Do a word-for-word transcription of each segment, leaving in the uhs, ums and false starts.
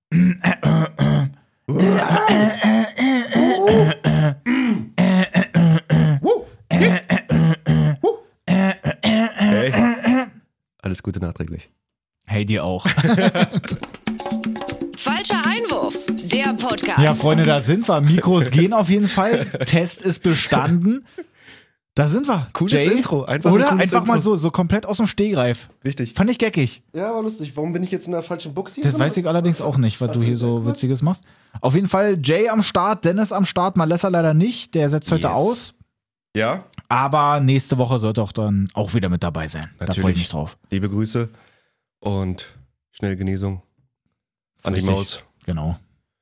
Hey. Alles Gute nachträglich. Hey, dir auch. Falscher Einwurf, der Podcast. Ja, Freunde, da sind wir. Mikros gehen auf jeden Fall. Test ist bestanden. Da sind wir. Cooles Jay, Intro. Einfach oder? ein cooles Einfach Intro. mal so, so komplett aus dem Stehgreif. Richtig. Fand ich geckig. Ja, war lustig. Warum bin ich jetzt in der falschen Box hier? Das weiß ich allerdings auch nicht, was du hier so Witziges machst. Auf jeden Fall Jay am Start, Dennis am Start, Malessa leider nicht. Der setzt heute Yes. aus. Ja, Aber nächste Woche sollte auch dann auch wieder mit dabei sein. Da Natürlich. freue ich mich drauf. liebe Grüße und schnelle Genesung an die Richtig. Maus. Genau.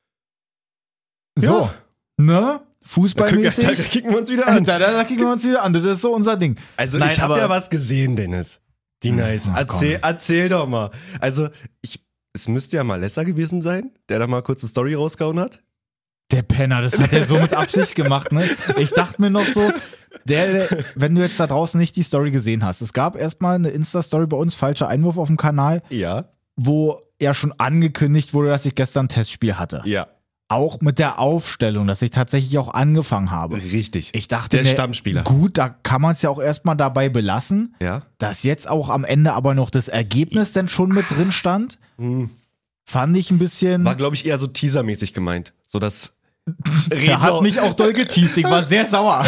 Ja. So, ne? Fußballmäßig. Da, da kicken wir uns wieder Da, an. da, da kicken wir uns wieder an. Das ist so unser Ding. Also Nein, ich habe aber- ja was gesehen, Dennis. Die Nice. na, Erzähl, komm. erzähl doch mal. Also ich, es müsste ja Malessa gewesen sein, der da mal kurz eine Story rausgehauen hat. Der Penner, das hat er so mit Absicht gemacht, ne? Ich dachte mir noch so, der, der, wenn du jetzt da draußen nicht die Story gesehen hast, es gab erstmal eine Insta-Story bei uns, falscher Einwurf auf dem Kanal, Ja. wo ja schon angekündigt wurde, dass ich gestern ein Testspiel hatte. Ja. Auch mit der Aufstellung, dass ich tatsächlich auch angefangen habe. Richtig. Ich dachte, Der mir, Stammspieler. gut, da kann man es ja auch erstmal dabei belassen, Ja. dass jetzt auch am Ende aber noch das Ergebnis dann schon mit drin stand. Fand ich ein bisschen. War, glaube ich, eher so teasermäßig gemeint. So dass Er hat mich auch doll geteased, ich war sehr sauer.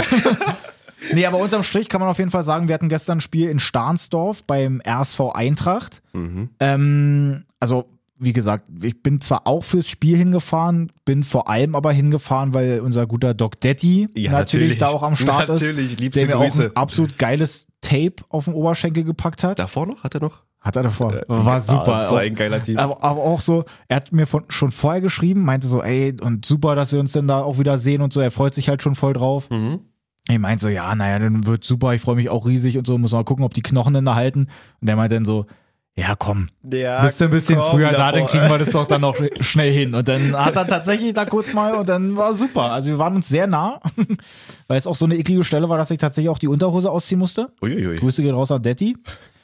Nee, aber unterm Strich kann man auf jeden Fall sagen, wir hatten gestern ein Spiel in Stahnsdorf beim R S V Eintracht. Mhm. Ähm, also, wie gesagt, ich bin zwar auch fürs Spiel hingefahren, bin vor allem aber hingefahren, weil unser guter Doc Daddy Ja, natürlich, natürlich. da auch am Start ist. Natürlich, liebste der mir auch Grüße. ein absolut geiles Tape auf den Oberschenkel gepackt hat. Davor noch? Hat er noch? Hat er davor. War super. Ah, so Auch- ein geiler Typ. aber, aber auch so, er hat mir von, schon vorher geschrieben, meinte so, ey, und super, dass wir uns denn da auch wieder sehen und so, er freut sich halt schon voll drauf. Mhm. Ich meinte so, ja, naja, dann wird super, ich freue mich auch riesig und so, muss mal gucken, ob die Knochen denn da halten. Und der meinte dann so, ja komm, Ja, bist du ein bisschen komm, früher da, dann davor. kriegen wir das doch dann noch sch- schnell hin. Und dann hat er tatsächlich da kurz mal und dann war super. Also wir waren uns sehr nah, weil es auch so eine eklige Stelle war, dass ich tatsächlich auch die Unterhose ausziehen musste. Uiuiui. Grüße geht raus an Detti.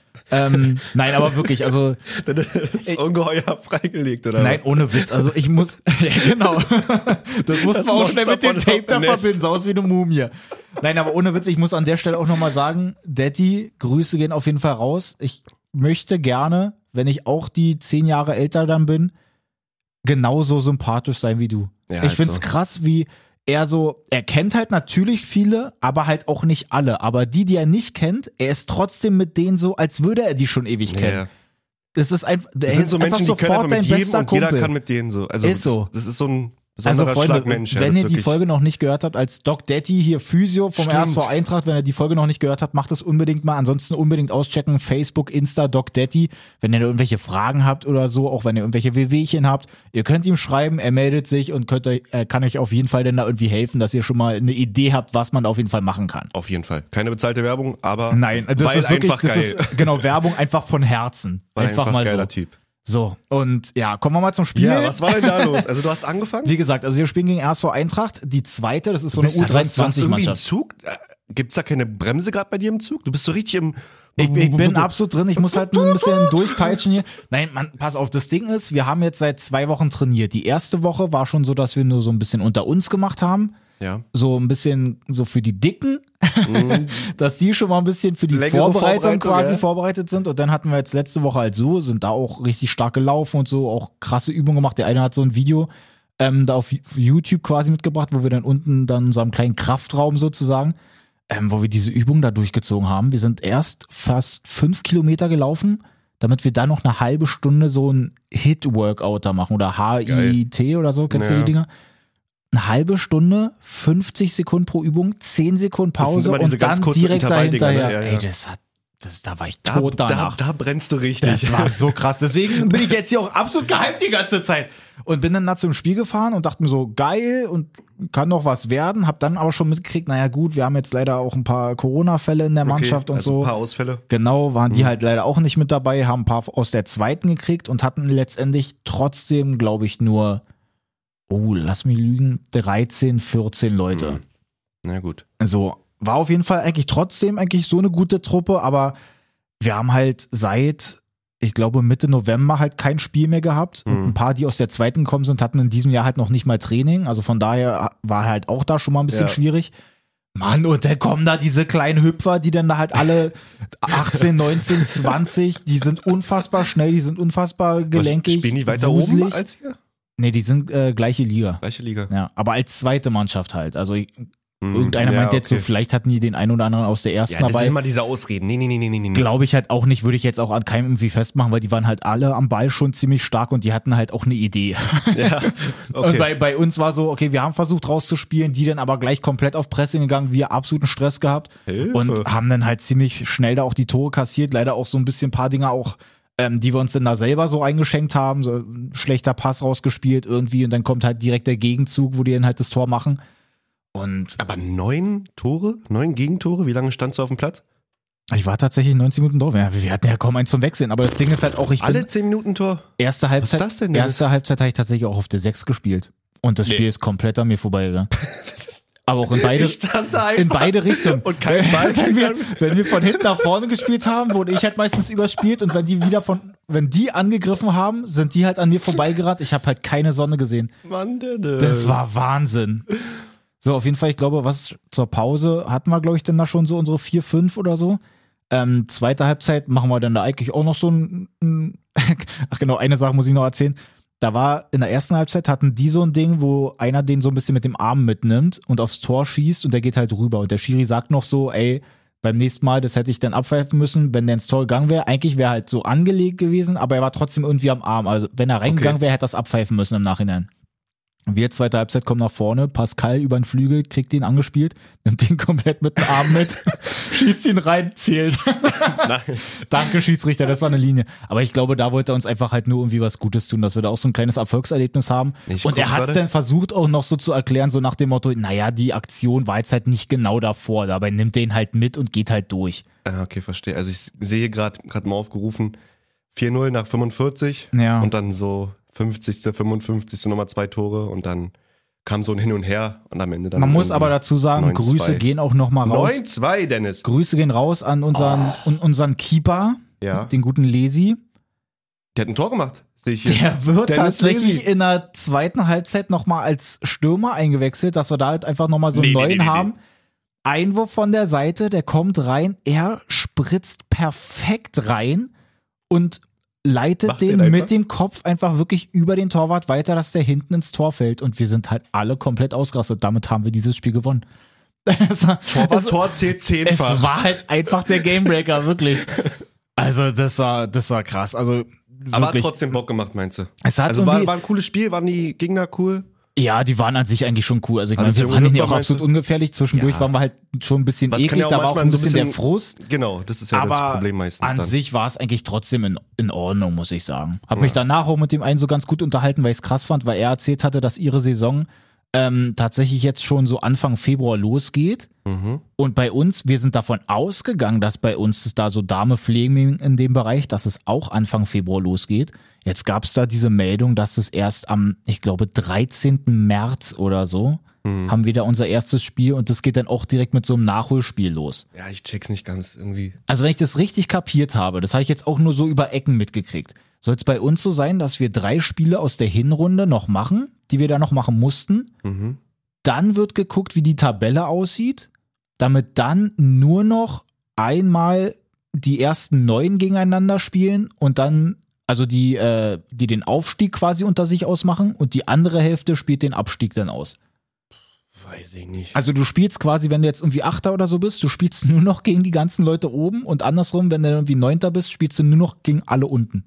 ähm, nein, aber wirklich, also Dann ist ungeheuer freigelegt, oder? nein, ohne Witz. Also ich muss, ja, genau. Das mussten Das wir auch schnell Monster mit dem von Tape da Loch Ness. verbinden, so aus wie eine Mumie. Nein, aber ohne Witz, ich muss an der Stelle auch nochmal sagen, Daddy, Grüße gehen auf jeden Fall raus. Ich möchte gerne, wenn ich auch die zehn Jahre älter dann bin, genauso sympathisch sein wie du. Ja, ich ist find's so. krass, wie er so, er kennt halt natürlich viele, aber halt auch nicht alle. Aber die, die er nicht kennt, er ist trotzdem mit denen so, als würde er die schon ewig kennen. Ja. Das ist einfach, Das er sind ist so einfach Menschen, die können sofort einfach dein mit jedem bester und jeder Kumpel. kann mit denen so. Also Ist so. Das, das ist so ein Also besonderer Freunde, Schlagmensch. ja, wenn das ihr ist die wirklich- Folge noch nicht gehört habt, als Doc Daddy hier Physio vom Stimmt. R S V Eintracht, wenn ihr die Folge noch nicht gehört habt, macht es unbedingt mal. Ansonsten unbedingt auschecken, Facebook, Insta, Doc Daddy. Wenn ihr da irgendwelche Fragen habt oder so, auch wenn ihr irgendwelche Wehwehchen habt, ihr könnt ihm schreiben, er meldet sich und könnt euch, er kann euch auf jeden Fall dann da irgendwie helfen, dass ihr schon mal eine Idee habt, was man auf jeden Fall machen kann. Auf jeden Fall. Keine bezahlte Werbung, aber Nein, das weil ist wirklich, einfach das geil. ist genau Werbung einfach von Herzen. War Einfach, mal geiler so. Typ. So, und ja, kommen wir mal zum Spiel. Ja, was war denn da los? Also du hast angefangen? Wie gesagt, also wir spielen gegen R S V Eintracht, die zweite, das ist so eine Bist U du- du hast- du hast irgendwie im dreiundzwanzig-Mannschaft. Zug? Äh, Gibt's da keine Bremse gerade bei dir im Zug? Du bist so richtig im... Ich, ich bin absolut drin, ich muss halt nur ein bisschen durchpeitschen hier. Nein, Mann, pass auf, das Ding ist, wir haben jetzt seit zwei Wochen trainiert. Die erste Woche war schon so, dass wir nur so ein bisschen unter uns gemacht haben. Ja. So ein bisschen so für die Dicken, dass die schon mal ein bisschen für die Längere Vorbereitung, Vorbereitung, quasi ja. vorbereitet sind. Und dann hatten wir jetzt letzte Woche halt so, sind da auch richtig stark gelaufen und so, auch krasse Übungen gemacht. Der eine hat so ein Video ähm, da auf YouTube quasi mitgebracht, wo wir dann unten dann in unserem kleinen Kraftraum sozusagen, ähm, wo wir diese Übung da durchgezogen haben. Wir sind erst fast fünf Kilometer gelaufen, damit wir dann noch eine halbe Stunde so ein Hit-Workout da machen oder H I T oder so, kennst du Ja. die Dinger? Eine halbe Stunde, fünfzig Sekunden pro Übung, zehn Sekunden Das sind Pause immer diese und ganz dann kurzen direkt Intervalldinger, ne? dahinterher. Ja, ja. Ey, das hat, das, da war ich Da, tot da, danach. da brennst du richtig. Das war so krass. Deswegen bin ich jetzt hier auch absolut gehypt die ganze Zeit. Und bin dann da zum Spiel gefahren und dachte mir so, geil und kann noch was werden. Hab dann aber schon mitgekriegt, naja gut, wir haben jetzt leider auch ein paar Corona-Fälle in der Mannschaft okay, und also so. ein paar Ausfälle. Genau, waren die halt leider auch nicht mit dabei, haben ein paar aus der zweiten gekriegt und hatten letztendlich trotzdem, glaube ich, nur, oh, lass mich lügen, dreizehn, vierzehn Leute. Mhm. Na gut. So, war auf jeden Fall eigentlich trotzdem eigentlich so eine gute Truppe, aber wir haben halt seit, ich glaube, Mitte November halt kein Spiel mehr gehabt. Und ein paar, die aus der zweiten gekommen sind, hatten in diesem Jahr halt noch nicht mal Training. Also von daher war halt auch da schon mal ein bisschen Ja. schwierig. Mann, und dann kommen da diese kleinen Hüpfer, die dann da halt alle achtzehn, neunzehn, zwanzig, die sind unfassbar schnell, die sind unfassbar gelenkig. Spielen die weiter wuselig. oben als ihr? Nee, die sind äh, gleiche Liga. Gleiche Liga. Ja, aber als zweite Mannschaft halt. Also ich, Mhm. irgendeiner Ja, meint jetzt so, okay. vielleicht hatten die den einen oder anderen aus der ersten Ja, das dabei. sind immer diese Ausreden. Nee, nee, nee, nee, nee, nee. Glaube ich halt auch nicht, würde ich jetzt auch an keinem irgendwie festmachen, weil die waren halt alle am Ball schon ziemlich stark und die hatten halt auch eine Idee. Ja, okay. Und bei, bei uns war so, okay, wir haben versucht rauszuspielen, die dann aber gleich komplett auf Pressing gegangen, wir absoluten Stress gehabt Hilfe. und haben dann halt ziemlich schnell da auch die Tore kassiert, leider auch so ein bisschen ein paar Dinger auch, ähm, die wir uns dann da selber so eingeschenkt haben, so ein schlechter Pass rausgespielt irgendwie und dann kommt halt direkt der Gegenzug, wo die dann halt das Tor machen. Und Aber neun Tore? Neun Gegentore? Wie lange standst du auf dem Platz? ich war tatsächlich neunzig Minuten drauf. Ja, wir hatten ja kaum eins zum Wechseln, aber das Ding ist halt auch, ich Alle bin zehn Minuten Tor? erste Halbzeit, Was ist das denn, Dennis? erste Halbzeit habe ich tatsächlich auch auf der sechs gespielt. Und das Nee. Spiel ist komplett an mir vorbeigegangen. Aber auch in beide, Ich stand da einfach in beide Richtungen. und kein Ball. wenn, wir, wenn wir von hinten nach vorne gespielt haben, wurde ich halt meistens überspielt und wenn die wieder von, wenn die angegriffen haben, sind die halt an mir vorbeigerannt. Ich habe halt keine Sonne gesehen. Mann, Dennis. Das war Wahnsinn. So, auf jeden Fall, ich glaube, was zur Pause hatten wir, glaube ich, dann da schon so unsere vier, fünf oder so. Ähm, zweite Halbzeit machen wir dann da eigentlich auch noch so ein, ein ach genau, eine Sache muss ich noch erzählen. Da war in der ersten Halbzeit hatten die so ein Ding, wo einer den so ein bisschen mit dem Arm mitnimmt und aufs Tor schießt und der geht halt rüber. Und der Schiri sagt noch so, ey, beim nächsten Mal, das hätte ich dann abpfeifen müssen, wenn der ins Tor gegangen wäre. Eigentlich wäre halt so angelegt gewesen, aber er war trotzdem irgendwie am Arm. Also wenn er reingegangen wäre, hätte er das abpfeifen müssen im Nachhinein. Wir, zweite Halbzeit, kommen nach vorne, Pascal über den Flügel, kriegt den angespielt, nimmt den komplett mit dem Arm mit, schießt ihn rein, zählt. Nein. Danke, Schiedsrichter, das war eine Linie. Aber ich glaube, da wollte er uns einfach halt nur irgendwie was Gutes tun, dass wir da auch so ein kleines Erfolgserlebnis haben. Ich Und er guck hat es gerade. dann versucht auch noch so zu erklären, so nach dem Motto, naja, die Aktion war jetzt halt nicht genau davor, dabei nimmt den halt mit und geht halt durch. Ah, okay, verstehe. Also ich sehe gerade gerade mal aufgerufen, vier null nach fünfundvierzig Ja. und dann so fünfzigste, fünfundfünfzigste nochmal zwei Tore und dann kam so ein Hin und Her und am Ende dann Man muss irgendwie aber dazu sagen, neun Grüße zwei. gehen auch noch mal raus. neun zwei, Dennis. Grüße gehen raus an unseren, un, unseren Keeper, Ja. den guten Lesi. Der hat ein Tor gemacht, sehe ich hier. Der wird Dennis tatsächlich Lesi. in der zweiten Halbzeit nochmal als Stürmer eingewechselt, dass wir da halt einfach nochmal so einen Nee, nee, neuen nee, nee, haben. Einwurf von der Seite, der kommt rein, er spritzt perfekt rein und leitet Macht den den einfach? mit dem Kopf einfach wirklich über den Torwart weiter, dass der hinten ins Tor fällt und wir sind halt alle komplett ausgerastet. Damit haben wir dieses Spiel gewonnen. Es war, Torwart, es, Tor zählt es zehnfach. war halt einfach der Gamebreaker, wirklich. Also das war, das war krass. Also Aber hat wirklich. trotzdem Bock gemacht, meinst du? Es hat Also war, irgendwie- war ein cooles Spiel, waren die Gegner cool? Ja, die waren an sich eigentlich schon cool. Also ich Also meine, wir zum waren Glück ja auch war absolut meinst du- ungefährlich. Zwischendurch Ja. waren wir halt schon ein bisschen Was kann eklig, ja auch da war auch manchmal ein so bisschen, ein der Frust. Genau, das ist ja Aber das Problem meistens an dann. sich war es eigentlich trotzdem in, in Ordnung, muss ich sagen. Hab mich danach auch mit dem einen so ganz gut unterhalten, weil ich es krass fand, weil er erzählt hatte, dass ihre Saison ähm, tatsächlich jetzt schon so Anfang Februar losgeht. Mhm. Und bei uns, wir sind davon ausgegangen, dass bei uns es da so Dame pflegen in dem Bereich, dass es auch Anfang Februar losgeht. Jetzt gab es da diese Meldung, dass es erst am, ich glaube, dreizehnten März oder so, Mhm. haben wir da unser erstes Spiel und das geht dann auch direkt mit so einem Nachholspiel los. Ja, ich check's nicht ganz irgendwie. Also wenn ich das richtig kapiert habe, das habe ich jetzt auch nur so über Ecken mitgekriegt, soll es bei uns so sein, dass wir drei Spiele aus der Hinrunde noch machen, die wir da noch machen mussten. Mhm. Dann wird geguckt, wie die Tabelle aussieht, damit dann nur noch einmal die ersten neun gegeneinander spielen und dann, also die, äh, die den Aufstieg quasi unter sich ausmachen und die andere Hälfte spielt den Abstieg dann aus. Weiß ich nicht. Also du spielst quasi, wenn du jetzt irgendwie Achter oder so bist, du spielst nur noch gegen die ganzen Leute oben und andersrum, wenn du irgendwie Neunter bist, spielst du nur noch gegen alle unten.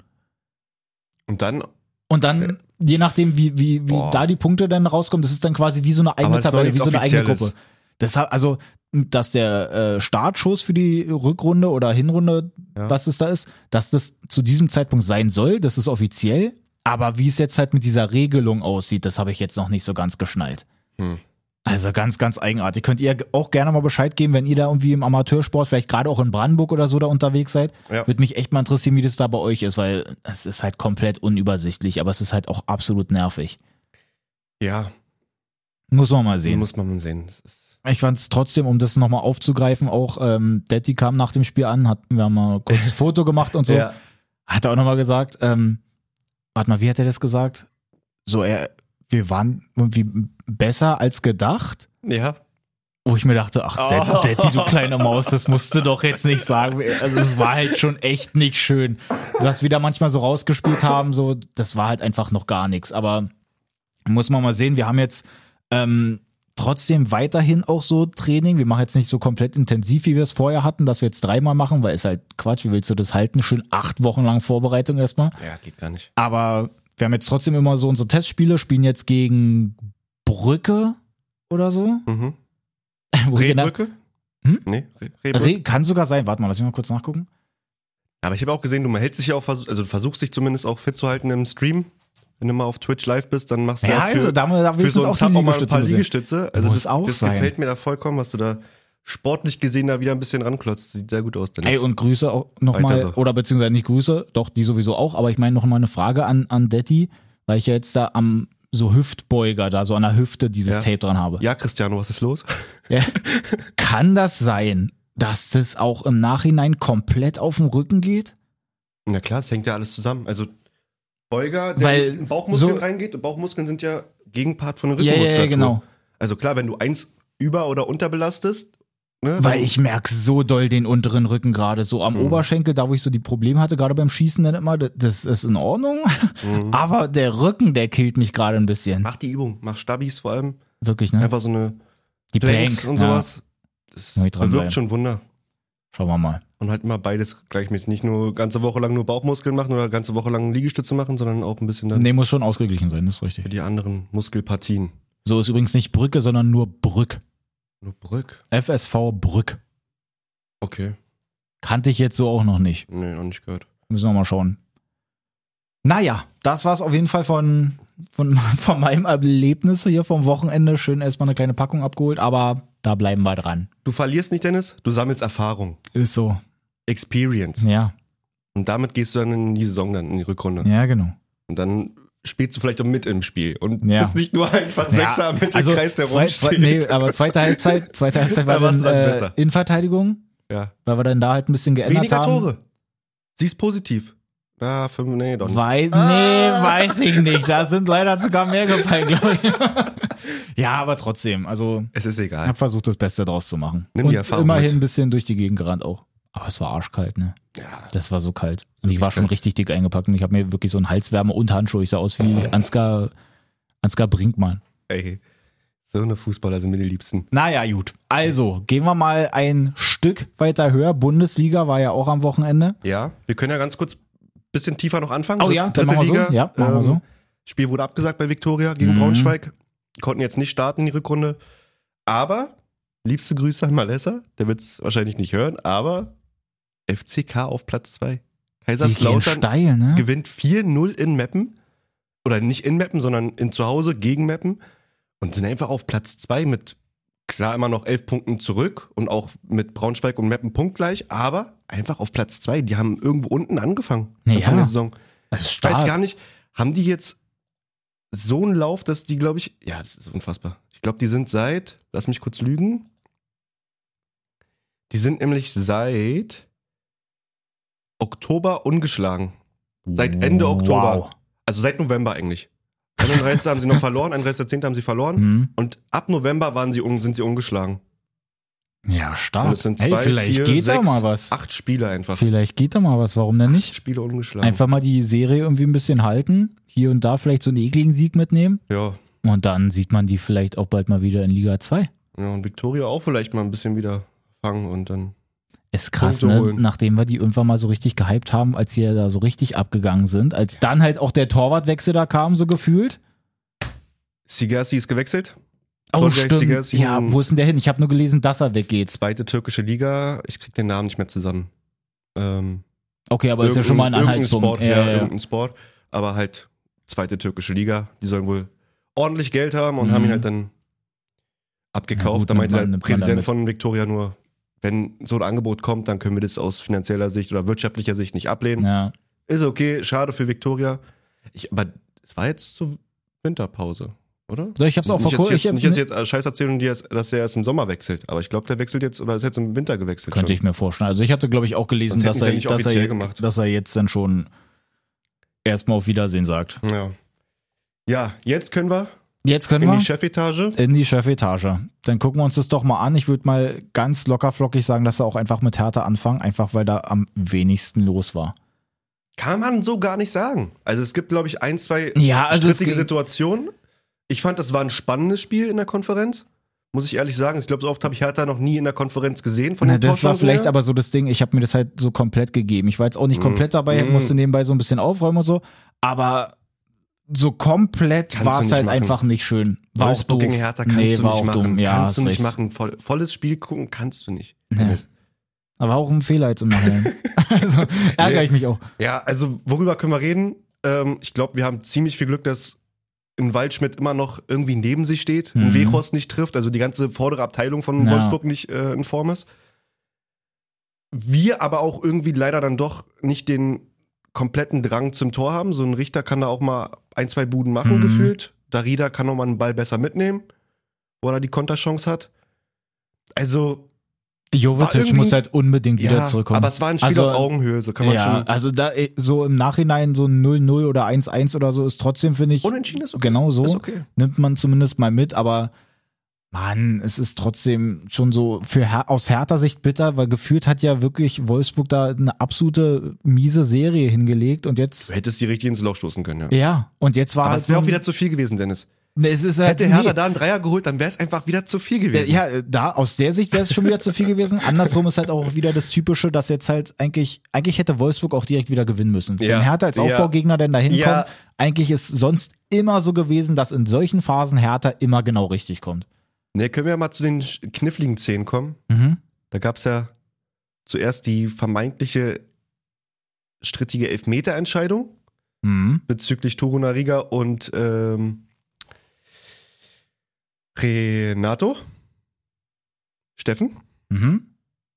Und dann, Und dann, je nachdem, wie, wie, wie Boah. da die Punkte dann rauskommen, das ist dann quasi wie so eine eigene Aber es ist noch Tabelle, wie nichts so eine eigene Offizielles. Gruppe. Deshalb, also, dass der äh, Startschuss für die Rückrunde oder Hinrunde, Ja. was es da ist, dass das zu diesem Zeitpunkt sein soll, das ist offiziell. Aber wie es jetzt halt mit dieser Regelung aussieht, das habe ich jetzt noch nicht so ganz geschnallt. Hm. Also ganz, ganz eigenartig. Könnt ihr auch gerne mal Bescheid geben, wenn ihr da irgendwie im Amateursport, vielleicht gerade auch in Brandenburg oder so da unterwegs seid. Ja. Würde mich echt mal interessieren, wie das da bei euch ist, weil es ist halt komplett unübersichtlich, aber es ist halt auch absolut nervig. Ja, Muss man mal sehen. muss man mal sehen. Das ist Ich fand es trotzdem, um das nochmal aufzugreifen, auch ähm, Detti kam nach dem Spiel an, hat, wir haben mal kurz ein Foto gemacht und so. Ja. hat er auch nochmal gesagt, ähm, warte mal, wie hat er das gesagt? So, er, wir waren irgendwie besser als gedacht. Ja. Wo ich mir dachte, ach, Oh. Daddy, du kleine Maus, das musst du doch jetzt nicht sagen. Also es war halt schon echt nicht schön. Was wir da manchmal so rausgespielt haben, so, das war halt einfach noch gar nichts. Aber muss man mal sehen, wir haben jetzt ähm, trotzdem weiterhin auch so Training. Wir machen jetzt nicht so komplett intensiv, wie wir es vorher hatten, dass wir jetzt dreimal machen, weil ist halt Quatsch, wie willst du das halten? Schön acht Wochen lang Vorbereitung erstmal. Ja, geht gar nicht. Aber wir haben jetzt trotzdem immer so unsere Testspiele, spielen jetzt gegen Brücke oder so. Mhm. Wo wir dann- Rehbrücke? Hm? Nee, Re Rehbrücke. Re kann sogar sein. Warte mal, lass mich mal kurz nachgucken. Aber ich habe auch gesehen, du hältst dich ja auch, vers- also du versuchst dich zumindest auch fit zu halten im Stream. Wenn du mal auf Twitch live bist, dann machst du Ja, ja, für, also da, da für willst so du einen auch Sub die auch mal ein paar Liegestütze sehen. Liegestütze. Also Muss das, auch das sein. gefällt mir da vollkommen, was du da sportlich gesehen da wieder ein bisschen ranklotzt. Sieht sehr gut aus, Dennis. Ey, und Grüße auch nochmal, Weiter so. oder beziehungsweise nicht Grüße, doch, die sowieso auch, aber ich meine noch mal eine Frage an, an Detti, weil ich ja jetzt da am so Hüftbeuger, da so an der Hüfte dieses Ja. Tape dran habe. Ja, Cristiano, was ist los? Ja. Kann das sein, dass das auch im Nachhinein komplett auf den Rücken geht? Na klar, es hängt ja alles zusammen. Also Beuger, der Weil in Bauchmuskeln so- reingeht. Und Bauchmuskeln sind ja Gegenpart von der Ja, ja, Rückenmuskulatur. ja, genau. Also klar, wenn du eins über- oder unterbelastest, ne, Weil dann- ich merke so doll den unteren Rücken gerade, so am Mhm. Oberschenkel, da wo ich so die Probleme hatte, gerade beim Schießen dann immer, das ist in Ordnung, Mhm. aber der Rücken, der killt mich gerade ein bisschen. Mach die Übung, mach Stabis vor allem. Wirklich, ne? Einfach so eine Die Planks Plank und sowas. Das Muss ich dranbleiben. bewirkt schon Wunder. Schauen wir mal. Und halt immer beides gleichmäßig. Nicht nur ganze Woche lang nur Bauchmuskeln machen oder ganze Woche lang Liegestütze machen, sondern auch ein bisschen dann Nee, muss schon ausgeglichen sein, das ist richtig. für die anderen Muskelpartien. So ist übrigens nicht Brücke, sondern nur Brück. Nur Brück. F S V Brück. Okay. Kannte ich jetzt so auch noch nicht. Nee, noch nicht gehört. Müssen wir mal schauen. Naja, das war's auf jeden Fall von, von, von meinem Erlebnis hier vom Wochenende. Schön erstmal eine kleine Packung abgeholt, aber da bleiben wir dran. Du verlierst nicht, Dennis, du sammelst Erfahrung. Ist so. Experience. Ja, Und damit gehst du dann in die Saison, dann in die Rückrunde. ja, genau. Und dann spielst du vielleicht auch mit im Spiel. Und Ja. bist nicht nur einfach Sechser im also Mittelkreis, der zwei, zwei, rumsteht. nee, aber zweite Halbzeit, zweite Halbzeit war Da war's dann dann äh, besser. Innenverteidigung, Ja. weil wir dann da halt ein bisschen geändert Weniger haben. Tore. Siehst positiv. Ah, fünf, nee, doch nicht. Weiß, Ah. nee, weiß ich nicht. Da sind leider sogar mehr gefallen, glaube ich. Ja, aber trotzdem, also Es ist ich egal. habe versucht, das Beste draus zu machen. Nimm Und die Erfahrung immerhin mit. ein bisschen durch die Gegend gerannt auch. Aber es war arschkalt, ne? Ja. Das war so kalt. Und ich war Wirklich schon kalt. richtig dick eingepackt und ich habe mir wirklich so einen Halswärme und Handschuhe. Ich sah aus wie Ansgar, Ansgar Brinkmann. Ey, so eine Fußballer sind mir die Liebsten. Naja, gut. Also, gehen wir mal ein Stück weiter höher. Bundesliga war ja auch am Wochenende. Ja, wir können ja ganz kurz ein bisschen tiefer noch anfangen. Oh Dritt- ja, dann dritte machen wir so. Liga. Ja, machen wir so. Spiel wurde abgesagt bei Viktoria gegen Mhm. Braunschweig. Konnten jetzt nicht starten in die Rückrunde. Aber, liebste Grüße an Malessa. Der wird es wahrscheinlich nicht hören, aber F C K auf Platz zwei. Die gehen Kaiserslautern steil, ne? gewinnt vier null in Meppen. Oder nicht in Meppen, sondern in Zuhause gegen Meppen. Und sind einfach auf Platz zwei mit, klar, immer noch elf Punkten zurück und auch mit Braunschweig und Meppen punktgleich, aber einfach auf Platz zwei. Die haben irgendwo unten angefangen. Ja. Anfang der Saison. Das ist Ich weiß stark. gar nicht, haben die jetzt so einen Lauf, dass die, glaube ich, ja, das ist unfassbar. Ich glaube, die sind seit, lass mich kurz lügen, die sind nämlich seit Oktober ungeschlagen. Seit Ende Oktober. Wow. Also seit November eigentlich. einunddreißigsten haben sie noch verloren, einunddreißigsten zehnten haben sie verloren Hm. und ab November waren sie, un- sind sie ungeschlagen. Ja, Und stark. es sind Hey, zwei, vielleicht vier, geht da sechs, mal was. acht Spiele einfach. Vielleicht geht da mal was. Warum denn nicht? Spiele ungeschlagen. Einfach mal die Serie irgendwie ein bisschen halten. Hier und da vielleicht so einen ekligen Sieg mitnehmen. Ja. Und dann sieht man die vielleicht auch bald mal wieder in Liga zwei. Ja, und Viktoria auch vielleicht mal ein bisschen wieder fangen und dann. Ist krass, Punkte ne? holen. Nachdem wir die irgendwann mal so richtig gehypt haben, als die ja da so richtig abgegangen sind, als dann halt auch der Torwartwechsel da kam, so gefühlt. Sigersi ist gewechselt. Oh, Torjay stimmt. Sigersi, Ja, wo ist denn der hin? Ich habe nur gelesen, dass er weggeht. Zweite türkische Liga. Ich krieg den Namen nicht mehr zusammen. Ähm, Okay, aber ist ja schon mal ein irgendein Anhaltspunkt. Sport, Ja, ja, ja, ja. irgendein Sport. Aber halt zweite türkische Liga. Die sollen wohl ordentlich Geld haben und Mhm. haben ihn halt dann abgekauft. Ja, gut, da meinte nimmt man- der nimmt man dann Präsident mit. von Viktoria nur, wenn so ein Angebot kommt, dann können wir das aus finanzieller Sicht oder wirtschaftlicher Sicht nicht ablehnen. Ja. Ist okay, schade für Viktoria. Ich, aber es war jetzt zur Winterpause. oder? So, ich hab's auch nicht, vor jetzt, kurzem. nicht, dass jetzt äh, Scheißerzählung, die jetzt, dass er erst im Sommer wechselt. Aber ich glaube, der wechselt jetzt, oder ist jetzt im Winter gewechselt. Könnte schon. ich mir vorstellen. Also ich hatte, glaube ich, auch gelesen, Sonst dass hätten er, sie ja nicht dass, er offiziell jetzt, gemacht. dass er jetzt dann schon erstmal auf Wiedersehen sagt. Ja. Ja, jetzt können wir Jetzt können in wir die Chefetage. in die Chefetage. Dann gucken wir uns das doch mal an. Ich würde mal ganz locker flockig sagen, dass wir auch einfach mit Hertha anfangen, einfach weil da am wenigsten los war. Kann man so gar nicht sagen. Also es gibt, glaube ich, ein, zwei Ja, also es strittige ging- Situationen. Ich fand, das war ein spannendes Spiel in der Konferenz. Muss ich ehrlich sagen. Ich glaube, so oft habe ich Hertha noch nie in der Konferenz gesehen von Na, den das war Torchancen vielleicht her. aber so das Ding, ich habe mir das halt so komplett gegeben. Ich war jetzt auch nicht Mhm. komplett dabei, Mhm. musste nebenbei so ein bisschen aufräumen und so, aber so komplett Kannst war du es nicht halt machen. einfach nicht schön. War auch Wolfsburg doof. gegen Hertha kannst nee, du war nicht auch machen. dumm. Ja, kannst du hast nicht recht. machen. Voll, volles Spiel gucken kannst du nicht. Nee. Dennis. Aber auch ein Fehler jetzt im Nachhinein. also ärgere Nee. ich mich auch. Ja, also worüber können wir reden? Ähm, ich glaube, wir haben ziemlich viel Glück, dass ein Waldschmidt immer noch irgendwie neben sich steht, Mhm. ein Weghorst nicht trifft, also die ganze vordere Abteilung von Ja. Wolfsburg nicht äh, in Form ist. Wir aber auch irgendwie leider dann doch nicht den kompletten Drang zum Tor haben. So ein Richter kann da auch mal ein, zwei Buden machen, Mhm. gefühlt. Darida kann noch mal einen Ball besser mitnehmen, wo er die Konterchance hat. Also, Jovetic irgendwie- muss halt unbedingt wieder ja, zurückkommen. aber es war ein Spiel Also, auf Augenhöhe, so kann man ja, schon. also da äh, so im Nachhinein so ein null null oder eins eins oder so ist trotzdem, finde ich, Unentschieden ist okay. genau so. Ist okay. Nimmt man zumindest mal mit, aber Mann, es ist trotzdem schon so für Her- aus Hertha Sicht bitter, weil gefühlt hat ja wirklich Wolfsburg da eine absolute miese Serie hingelegt und jetzt Du hättest die richtig ins Loch stoßen können, ja. ja, und jetzt war Aber halt es wäre so auch ein- wieder zu viel gewesen, Dennis. Ne, es ist halt Hätte Hertha nee. da einen Dreier geholt, dann wäre es einfach wieder zu viel Ja, gewesen. ja, da aus der Sicht wäre es schon wieder zu viel gewesen. Andersrum ist halt auch wieder das Typische, dass jetzt halt eigentlich, eigentlich hätte Wolfsburg auch direkt wieder gewinnen müssen. Ja. Wenn Hertha als Ja. Aufbaugegner denn da hinkommt, Ja. eigentlich ist sonst immer so gewesen, dass in solchen Phasen Hertha immer genau richtig kommt. Ne, können wir ja mal zu den sch- kniffligen Szenen kommen. Mhm. Da gab es ja zuerst die vermeintliche strittige Elfmeterentscheidung Mhm. bezüglich Torunariga und ähm, Renato. Steffen, Mhm.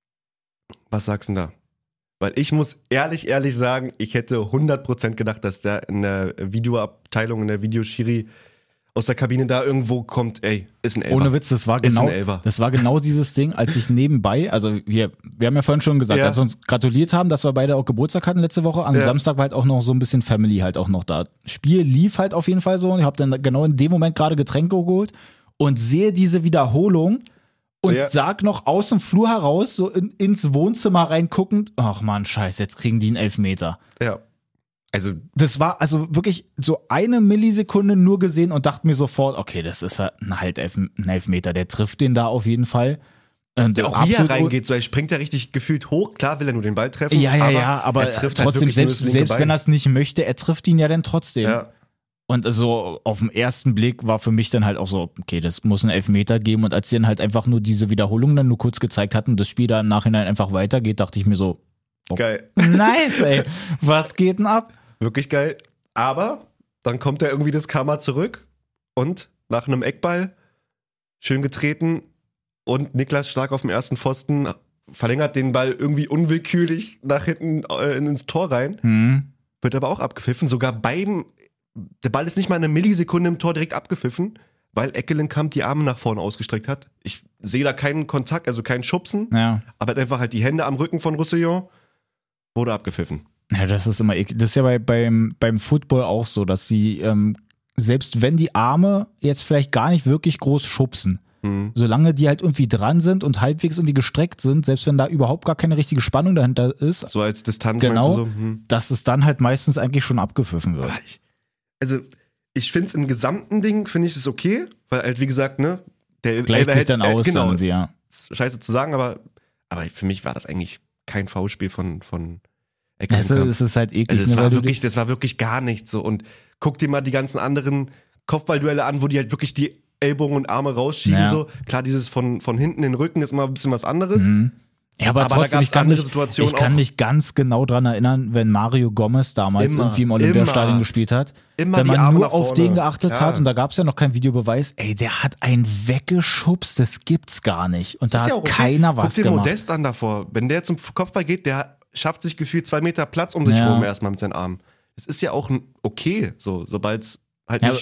was sagst du denn da? Weil ich muss ehrlich, ehrlich sagen, ich hätte hundert Prozent gedacht, dass der in der Videoabteilung, in der Videoschiri aus der Kabine da irgendwo kommt, ey, ist ein Elfer. Ohne Witz, das war Ist genau, ein Elfer. das war genau dieses Ding, als ich nebenbei, also wir, wir haben ja vorhin schon gesagt, Ja. als wir uns gratuliert haben, dass wir beide auch Geburtstag hatten letzte Woche. Am Ja. Samstag war halt auch noch so ein bisschen Family halt auch noch da. Spiel lief halt auf jeden Fall so und ich habe dann genau in dem Moment gerade Getränke geholt und sehe diese Wiederholung und Ja. sag noch aus dem Flur heraus, so in, ins Wohnzimmer reinguckend, ach man, scheiße, jetzt kriegen die einen Elfmeter. Ja. Also, Das war also wirklich so eine Millisekunde nur gesehen und dachte mir sofort, okay, das ist halt ein, halt Elf, ein Elfmeter, der trifft den da auf jeden Fall. Und auch wie er absolut- reingeht, so er springt ja richtig gefühlt hoch. Klar will er nur den Ball treffen. Ja, ja, aber ja, aber er trifft halt trotzdem, wirklich nur selbst, das linke selbst Bein. wenn er es nicht möchte, er trifft ihn ja dann trotzdem. Ja. Und also auf den ersten Blick war für mich dann halt auch so, okay, das muss einen Elfmeter geben. Und als sie dann halt einfach nur diese Wiederholung dann nur kurz gezeigt hatten und das Spiel da im Nachhinein einfach weitergeht, dachte ich mir so, Geil. nice, ey, was geht denn ab? Wirklich geil. Aber dann kommt er irgendwie das Karma zurück und nach einem Eckball schön getreten und Niklas Stark auf dem ersten Pfosten verlängert den Ball irgendwie unwillkürlich nach hinten äh, ins Tor rein. Hm. Wird aber auch abgepfiffen. Sogar beim, der Ball ist nicht mal eine Millisekunde im Tor direkt abgepfiffen, weil Eckelenkamp die Arme nach vorne ausgestreckt hat. Ich sehe da keinen Kontakt, also keinen Schubsen, Ja. aber hat einfach halt die Hände am Rücken von Roussillon. Wurde abgepfiffen. Ja, das ist immer eklig. Das ist ja bei, beim, beim Football auch so, dass sie, ähm, selbst wenn die Arme jetzt vielleicht gar nicht wirklich groß schubsen, Mhm. solange die halt irgendwie dran sind und halbwegs irgendwie gestreckt sind, selbst wenn da überhaupt gar keine richtige Spannung dahinter ist, So als Distanz Genau. meinst du so? Hm. dass es dann halt meistens eigentlich schon abgepfiffen wird. Aber ich, also, ich finde es im gesamten Ding, finde ich es okay, weil halt, wie gesagt, ne, der Gleicht Elfer sich hätte- dann aus, Genau, dann irgendwie, ja. ist scheiße zu sagen, aber, aber für mich war das eigentlich kein Foulspiel von, von Es Eckelenkamp. ist, es ist halt eklig. Also, es ne, weil war du- wirklich, das war wirklich gar nichts so. Und guck dir mal die ganzen anderen Kopfballduelle an, wo die halt wirklich die Ellbogen und Arme rausschieben. Ja. So. Klar, dieses von, von hinten in den Rücken ist immer ein bisschen was anderes. Mhm. Ja, aber, Aber da trotzdem, gab's ich kann, andere mich, Situationen ich kann auch. mich ganz genau dran erinnern, wenn Mario Gomez damals Immer, irgendwie im Olympiastadion immer. gespielt hat, Immer wenn die man Arme nur nach auf vorne. den geachtet Ja. hat und da gab es ja noch keinen Videobeweis, ey, der hat einen weggeschubst, das gibt's gar nicht. Und da Ist hat ja auch okay. keiner Guck was dir gemacht. Modest an davor. Wenn der zum Kopfball geht, der schafft sich gefühlt zwei Meter Platz um sich Ja. rum erstmal mit seinen Armen. Es ist ja auch ein okay, so, sobald es halt Ja, nicht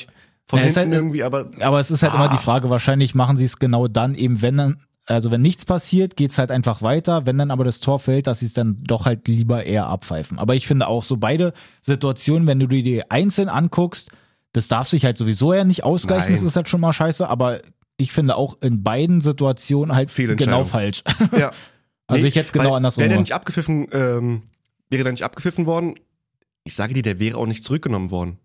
von Ja, ist hinten halt- irgendwie, aber Aber es ist halt Ah. immer die Frage, wahrscheinlich machen sie es genau dann eben, wenn dann, also wenn nichts passiert, geht's halt einfach weiter. Wenn dann aber das Tor fällt, dass sie es dann doch halt lieber eher abpfeifen. Aber ich finde auch so beide Situationen, wenn du dir die einzeln anguckst, das darf sich halt sowieso ja nicht ausgleichen, Nein. das ist halt schon mal scheiße, aber ich finde auch in beiden Situationen halt Fehlentscheidung. genau falsch. ja. Also Nee, ich hätte es genau weil andersrum Wäre der gemacht. nicht abgepfiffen, ähm, wäre der nicht abgepfiffen worden, ich sage dir, der wäre auch nicht zurückgenommen worden.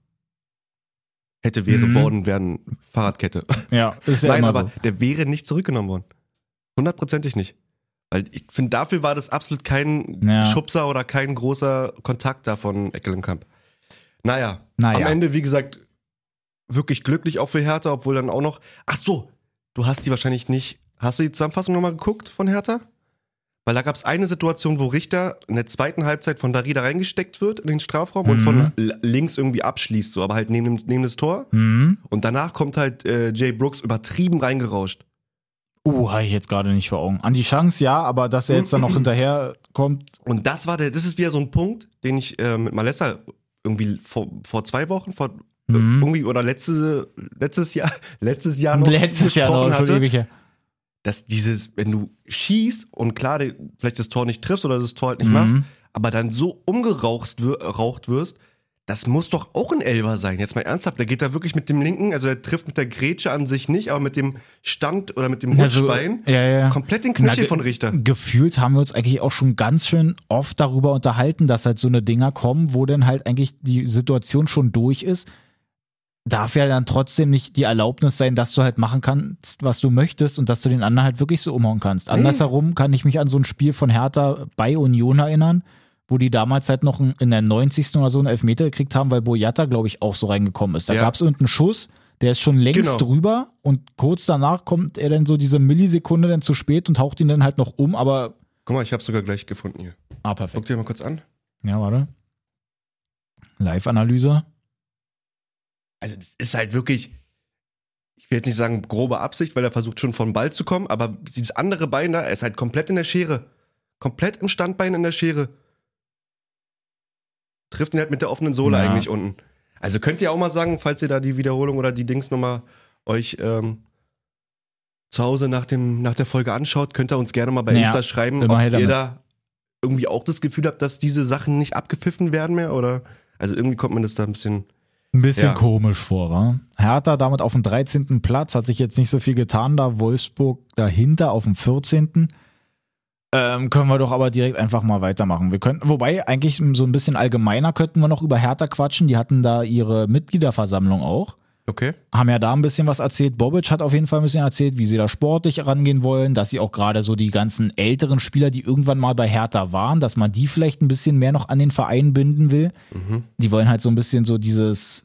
Hätte, wäre, Mhm. worden, wären Fahrradkette. Ja, ist ja Nein, immer aber so. der wäre nicht zurückgenommen worden. Hundertprozentig nicht. Weil ich finde, dafür war das absolut kein Ja. Schubser oder kein großer Kontakt da von Eckelenkamp. Naja, Naja. am Ende, wie gesagt, wirklich glücklich auch für Hertha, obwohl dann auch noch. Ach so, du hast die wahrscheinlich nicht. Hast du die Zusammenfassung nochmal geguckt von Hertha? Weil da gab es eine Situation, wo Richter in der zweiten Halbzeit von Darida reingesteckt wird in den Strafraum und Mhm. von l- links irgendwie abschließt, so, aber halt neben, dem- neben das Tor. Mhm. Und danach kommt halt äh, Jay Brooks übertrieben reingerauscht. Uh, habe ich jetzt gerade nicht vor Augen. An die Chance ja, aber dass er jetzt dann noch hinterher kommt. Und das war der, das ist wieder so ein Punkt, den ich äh, mit Malessa irgendwie vor, vor zwei Wochen, vor äh, Mhm. irgendwie oder letzte, letztes Jahr, letztes Jahr noch Letztes Jahr noch, besprochen schon hatte, ewig her. dass dieses, wenn du schießt und klar, die- vielleicht das Tor nicht triffst oder das Tor halt nicht Mhm. machst, aber dann so umgeraucht wir- raucht wirst, das muss doch auch ein Elfer sein. Jetzt mal ernsthaft, der geht da wirklich mit dem linken, also der trifft mit der Grätsche an sich nicht, aber mit dem Stand oder mit dem Also, Rutschbein ja, ja. komplett den Knöchel Na, ge- von Richter. Gefühlt haben wir uns eigentlich auch schon ganz schön oft darüber unterhalten, dass halt so eine Dinger kommen, wo dann halt eigentlich die Situation schon durch ist. Darf ja dann trotzdem nicht die Erlaubnis sein, dass du halt machen kannst, was du möchtest und dass du den anderen halt wirklich so umhauen kannst. Andersherum kann ich mich an so ein Spiel von Hertha bei Union erinnern, wo die damals halt noch in der neunzigsten oder so einen Elfmeter gekriegt haben, weil Boyata, glaube ich, auch so reingekommen ist. Da Ja. gab es irgendeinen Schuss, der ist schon längst Genau. drüber und kurz danach kommt er dann so diese Millisekunde dann zu spät und haucht ihn dann halt noch um, aber Guck mal, ich hab's sogar gleich gefunden hier. ah, Guck perfekt. dir mal kurz an. Ja, warte. Live-Analyse. Also das ist halt wirklich, ich will jetzt nicht sagen grobe Absicht, weil er versucht schon vom Ball zu kommen, aber dieses andere Bein da, er ist halt komplett in der Schere. Komplett im Standbein in der Schere. Trifft ihn halt mit der offenen Sohle Ja. eigentlich unten. Also könnt ihr auch mal sagen, falls ihr da die Wiederholung oder die Dings nochmal euch ähm, zu Hause nach, dem, nach der Folge anschaut, könnt ihr uns gerne mal bei Ja, Insta schreiben, immer ob her ihr damit. da irgendwie auch das Gefühl habt, dass diese Sachen nicht abgepfiffen werden mehr oder, also irgendwie kommt man das da ein bisschen, Ein bisschen Ja. komisch vor, wa? Hertha damit auf dem dreizehnten Platz, hat sich jetzt nicht so viel getan, da Wolfsburg dahinter auf dem vierzehnten Ähm, können wir doch aber direkt einfach mal weitermachen. Wir könnten, wobei eigentlich so ein bisschen allgemeiner könnten wir noch über Hertha quatschen. Die hatten da ihre Mitgliederversammlung auch. okay. Haben ja da ein bisschen was erzählt. Bobic hat auf jeden Fall ein bisschen erzählt, wie sie da sportlich rangehen wollen, dass sie auch gerade so die ganzen älteren Spieler, die irgendwann mal bei Hertha waren, dass man die vielleicht ein bisschen mehr noch an den Verein binden will. Mhm. Die wollen halt so ein bisschen so dieses,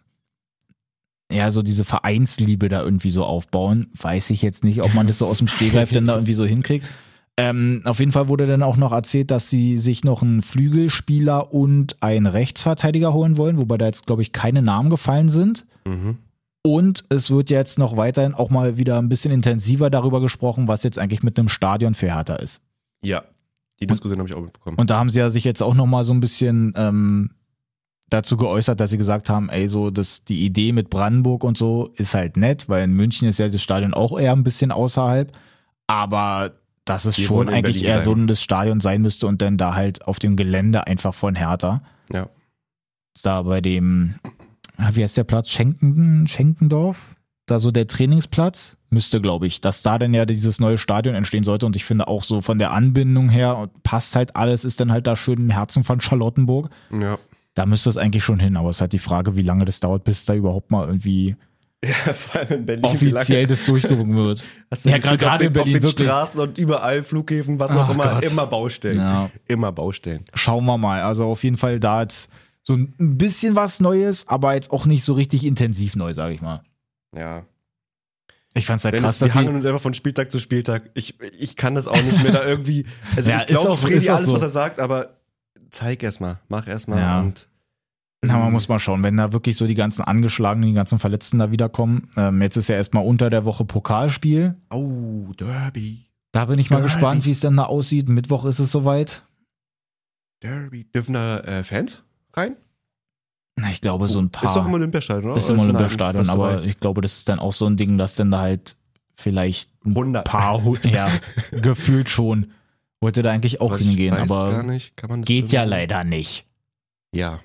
ja, so diese Vereinsliebe da irgendwie so aufbauen. Weiß ich jetzt nicht, ob man das so aus dem Stehgreif denn da irgendwie so hinkriegt. Ähm, auf jeden Fall wurde dann auch noch erzählt, dass sie sich noch einen Flügelspieler und einen Rechtsverteidiger holen wollen, wobei da jetzt, glaube ich, keine Namen gefallen sind. Mhm. Und es wird jetzt noch weiterhin auch mal wieder ein bisschen intensiver darüber gesprochen, was jetzt eigentlich mit einem Stadion für Hertha ist. Ja, die Diskussion habe ich auch mitbekommen. Und da haben sie ja sich jetzt auch noch mal so ein bisschen ähm, dazu geäußert, dass sie gesagt haben, ey, so das, die Idee mit Brandenburg und so ist halt nett, weil in München ist ja das Stadion auch eher ein bisschen außerhalb, aber dass es Wir schon wollen in eigentlich Berlin eher so bleiben. ein das Stadion sein müsste und dann da halt auf dem Gelände einfach von Hertha. Ja. Da bei dem, ah, wie heißt der Platz? Schenken, Schenkendorf? Da so der Trainingsplatz? Müsste, glaube ich, dass da dann ja dieses neue Stadion entstehen sollte. Und ich finde auch so von der Anbindung her passt halt alles, ist dann halt da schön im Herzen von Charlottenburg. Ja. Da müsste es eigentlich schon hin. Aber es ist halt die Frage, wie lange das dauert, bis da überhaupt mal irgendwie Ja, vor allem in Berlin. wie offiziell lange das durchgewunken wird. hast du Ja, gefühlt gerade auf den, in Berlin auf den wirklich. Straßen und überall Flughäfen, was Ach auch immer, Gott. immer Baustellen. Ja. Immer Baustellen. Schauen wir mal. Also auf jeden Fall da jetzt so ein bisschen was Neues, aber jetzt auch nicht so richtig intensiv neu, sage ich mal. Ja. Ich fand's halt Wenn krass, es, wir dass sie, hangeln uns einfach von Spieltag zu Spieltag. Ich, ich kann das auch nicht mehr da irgendwie. Also Ja, ich ist glaube auch- Fredi ist auch alles, so. was er sagt, aber zeig erst mal, mach erst mal Ja. und na, man muss mal schauen, wenn da wirklich so die ganzen Angeschlagenen, die ganzen Verletzten da wiederkommen. Ähm, jetzt ist ja erstmal unter der Woche Pokalspiel. oh, Derby. Da bin ich mal Derby. gespannt, wie es denn da aussieht. Mittwoch ist es soweit. Derby. Dürfen da äh, Fans rein? Ich glaube, so ein paar. Ist doch im Olympiastadion, oder? Ist im Oder Olympiastadion, ist aber dabei? ich glaube, das ist dann auch so ein Ding, dass dann da halt vielleicht ein hundert. paar, hu- ja, gefühlt schon. Wollte da eigentlich auch Aber ich hingehen, weiß aber gar nicht. Kann man das geht ja irgendwie- leider nicht. Ja.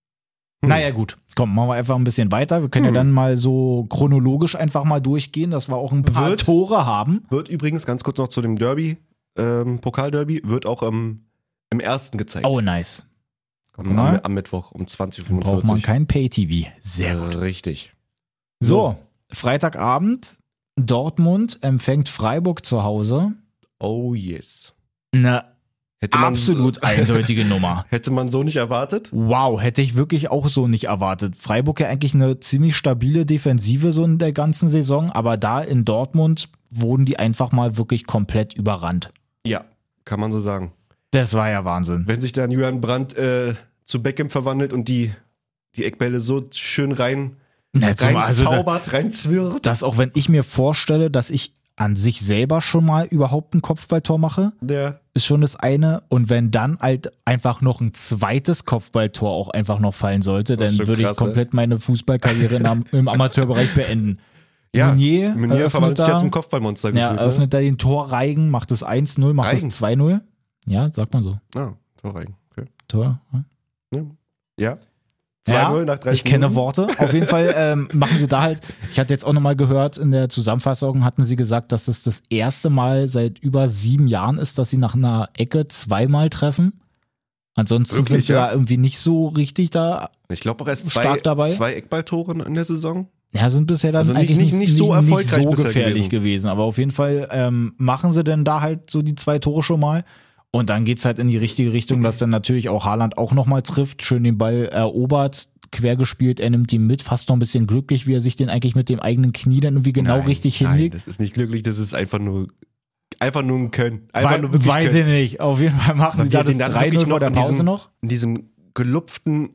Naja, gut. Komm, machen wir einfach ein bisschen weiter. Wir können Hm. ja dann mal so chronologisch einfach mal durchgehen, dass wir auch ein paar Wird- Tore haben. Wird übrigens ganz kurz noch zu dem Derby, ähm, Pokalderby, wird auch ähm, im ersten gezeigt. Oh, nice. am, guck mal. am, am Mittwoch um zwanzig Uhr Dann braucht man fünfundvierzig. kein Pay-T V. Sehr gut. Äh, richtig. So, Freitagabend. Dortmund empfängt Freiburg zu Hause. Oh yes. Eine Hätte man, absolut eindeutige Nummer. Hätte man so nicht erwartet? Wow, hätte ich wirklich auch so nicht erwartet. Freiburg ja eigentlich eine ziemlich stabile Defensive so in der ganzen Saison, aber da in Dortmund wurden die einfach mal wirklich komplett überrannt. Ja, kann man so sagen. Das war ja Wahnsinn. Wenn sich dann Julian Brandt äh, zu Beckham verwandelt und die, die Eckbälle so schön rein, Ja, zum- rein also da- zaubert, rein zwirrt. Das auch wenn ich mir vorstelle, dass ich an sich selber schon mal überhaupt ein Kopfballtor mache, Der, ist schon das eine. Und wenn dann halt einfach noch ein zweites Kopfballtor auch einfach noch fallen sollte, Das ist dann schon würde krass, ich komplett meine Fußballkarriere im, Am- im Amateurbereich beenden. ja, Meunier, Meunier eröffnet verwandelt sich da- ja zum Kopfballmonster Ja, gefühlt, öffnet er den Torreigen, macht es eins null, macht Reigen? es zwei null. Ja, sagt man so. ne? Ah, Torreigen. Okay. Tor. Ja. Ja. zwei null nach dreißig Ich kenne Minuten. Worte. Auf jeden Fall ähm, machen sie da halt, ich hatte jetzt auch nochmal gehört, in der Zusammenfassung hatten sie gesagt, dass es das erste Mal seit über sieben Jahren ist, dass sie nach einer Ecke zweimal treffen. Ansonsten Wirklich, sind sie ja? da irgendwie nicht so richtig da. Ich glaube auch erst zwei, Stark dabei. zwei Eckballtore in der Saison. Ja, sind bisher dann Also nicht- eigentlich nicht- nicht so erfolgreich nicht so bisher gefährlich gewesen. gewesen. Aber auf jeden Fall ähm, machen sie denn da halt so die zwei Tore schon mal. Und dann geht's halt in die richtige Richtung, dass dann natürlich auch Haaland auch nochmal trifft, schön den Ball erobert, quer gespielt, er nimmt ihn mit, fast noch ein bisschen glücklich, wie er sich den eigentlich mit dem eigenen Knie dann irgendwie genau Nein, richtig nein, hinlegt. das ist nicht glücklich, das ist einfach nur einfach nur ein Können. Einfach Wei- nur wirklich weiß Können. ich nicht. Auf jeden Fall machen Aber sie wie da er das den dann drei null wirklich vor der in Pause diesem, noch. In diesem gelupften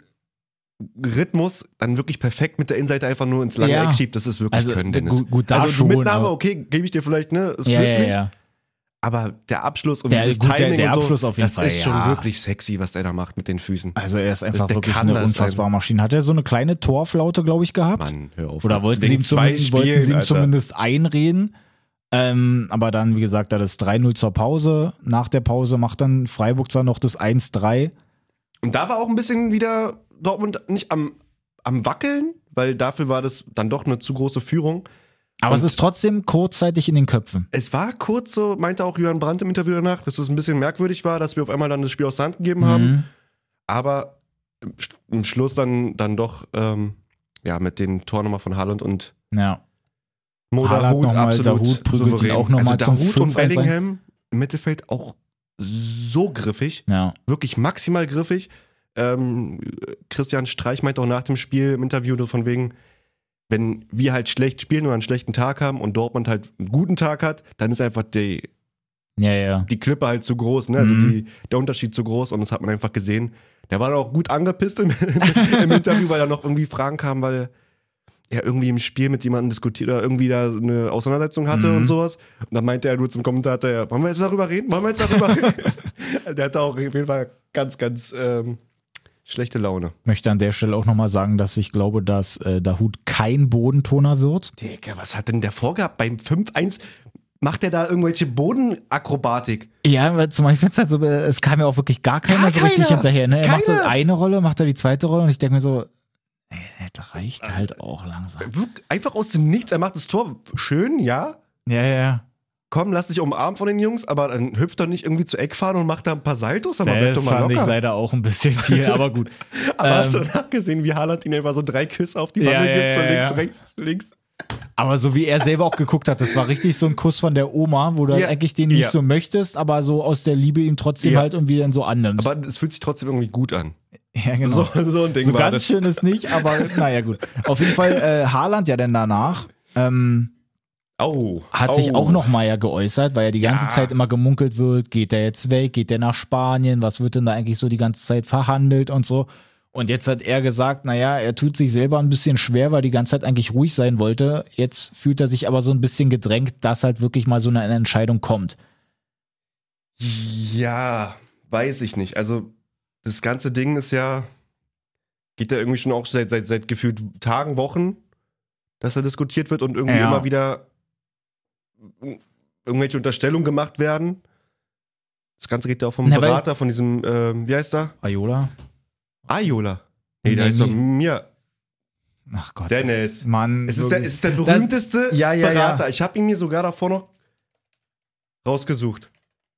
Rhythmus dann wirklich perfekt mit der Innenseite einfach nur ins lange Ja. Eck schiebt, das ist wirklich Also, Können, Dennis. gut- gut, da also schon, die Mitnahme, aber- okay, gebe ich dir vielleicht, ne, ist Ja, ja, glücklich, ja. aber der Abschluss und Der- das gut, der- Timing der und so, Abschluss auf jeden das Fall, ist schon ja. wirklich sexy, was der da macht mit den Füßen. Also er ist einfach der wirklich kann eine das unfassbare Maschine. Hat er so eine kleine Torflaute, glaube ich, gehabt? Mann, hör auf. Oder wollten sie, Wegen ihm zwei zumindest, wollten Spielen, sie ihm Alter. zumindest einreden. Ähm, aber dann, wie gesagt, da das drei null zur Pause. Nach der Pause macht dann Freiburg zwar noch das eins drei. Und da war auch ein bisschen wieder Dortmund nicht am, am Wackeln, weil dafür war das dann doch eine zu große Führung. Aber Und- es ist trotzdem kurzzeitig in den Köpfen. Es war kurz so, meinte auch Julian Brandt im Interview danach, dass es ein bisschen merkwürdig war, dass wir auf einmal dann das Spiel aus der Hand gegeben haben. Mhm. Aber im Sch- im Schluss dann, dann doch ähm, ja, mit den Toren nochmal von Haaland und Ja. Mo Haaland Dahoud noch mal, absolut Dahoud prügelt ihn souverän. auch noch also mal zum Dahoud und fünf eins rein. Bellingham im Mittelfeld auch so griffig, Ja. wirklich maximal griffig. Ähm, Christian Streich meinte auch nach dem Spiel im Interview so von wegen, wenn wir halt schlecht spielen oder einen schlechten Tag haben und Dortmund halt einen guten Tag hat, dann ist einfach die, Ja, ja. die Klippe halt zu groß, ne? Also Mhm. die, der Unterschied zu groß und das hat man einfach gesehen. Der war dann auch gut angepisst im, im Interview, weil da noch irgendwie Fragen kamen, weil er irgendwie im Spiel mit jemandem diskutiert oder irgendwie da so eine Auseinandersetzung hatte Mhm. und sowas. Und dann meinte er nur zum Kommentator, ja, wollen wir jetzt darüber reden? Wollen wir jetzt darüber reden? Der hatte auch auf jeden Fall ganz, ganz ähm, schlechte Laune. Möchte an der Stelle auch nochmal sagen, dass ich glaube, dass äh, Dahoud kein Bodentoner wird. Digga, was hat denn der vorgehabt? Beim fünf eins macht er da irgendwelche Bodenakrobatik? Ja, weil zum Beispiel, halt so, äh, es kam ja auch wirklich gar keiner Gar so richtig keiner. hinterher. Ne? Er macht Keiner. das eine Rolle, macht er die zweite Rolle und ich denke mir so, ey, das reicht halt auch langsam. Wirk- Einfach aus dem Nichts, er macht das Tor schön, ja. Ja, ja. Komm, lass dich umarmen von den Jungs, aber dann hüpft er nicht irgendwie zu Eck fahren und macht da ein paar Saltos, aber bleib doch Das mal fand ich locker. leider auch ein bisschen viel, aber gut. Aber hast du Ähm, nachgesehen, wie Haaland ihn einfach so drei Küsse auf die Ja, Wange ja, gibt, so ja, links, ja. rechts, links. Aber so wie er selber auch geguckt hat, das war richtig so ein Kuss von der Oma, wo du Ja. eigentlich den nicht Ja. so möchtest, aber so aus der Liebe ihm trotzdem Ja. halt irgendwie dann so annimmst. Aber es fühlt sich trotzdem irgendwie gut an. ja, genau. So, so ein Ding So war ganz das. schön ist nicht, aber naja, gut. Auf jeden Fall äh, Haaland ja dann danach ähm, Au, hat au. sich auch noch mal ja geäußert, weil ja die ganze Ja. Zeit immer gemunkelt wird, geht der jetzt weg, geht der nach Spanien, was wird denn da eigentlich so die ganze Zeit verhandelt und so. Und jetzt hat er gesagt, naja, er tut sich selber ein bisschen schwer, weil die ganze Zeit eigentlich ruhig sein wollte. Jetzt fühlt er sich aber so ein bisschen gedrängt, dass halt wirklich mal so eine Entscheidung kommt. Ja, weiß ich nicht. Also, das ganze Ding ist ja, geht ja irgendwie schon auch seit, seit, seit gefühlt Tagen, Wochen, dass da diskutiert wird und irgendwie Ja. immer wieder irgendwelche Unterstellungen gemacht werden. Das Ganze geht ja auch vom Na, weil- Berater, von diesem, ähm, wie heißt der? Ayola? Ayola. Nee, der Nee, heißt doch nee. mir. Ach Gott. Dennis. Mann. Es ist der, wirklich. es ist der berühmteste Ja, ja, ja. Berater. Ich habe ihn mir sogar davor noch rausgesucht.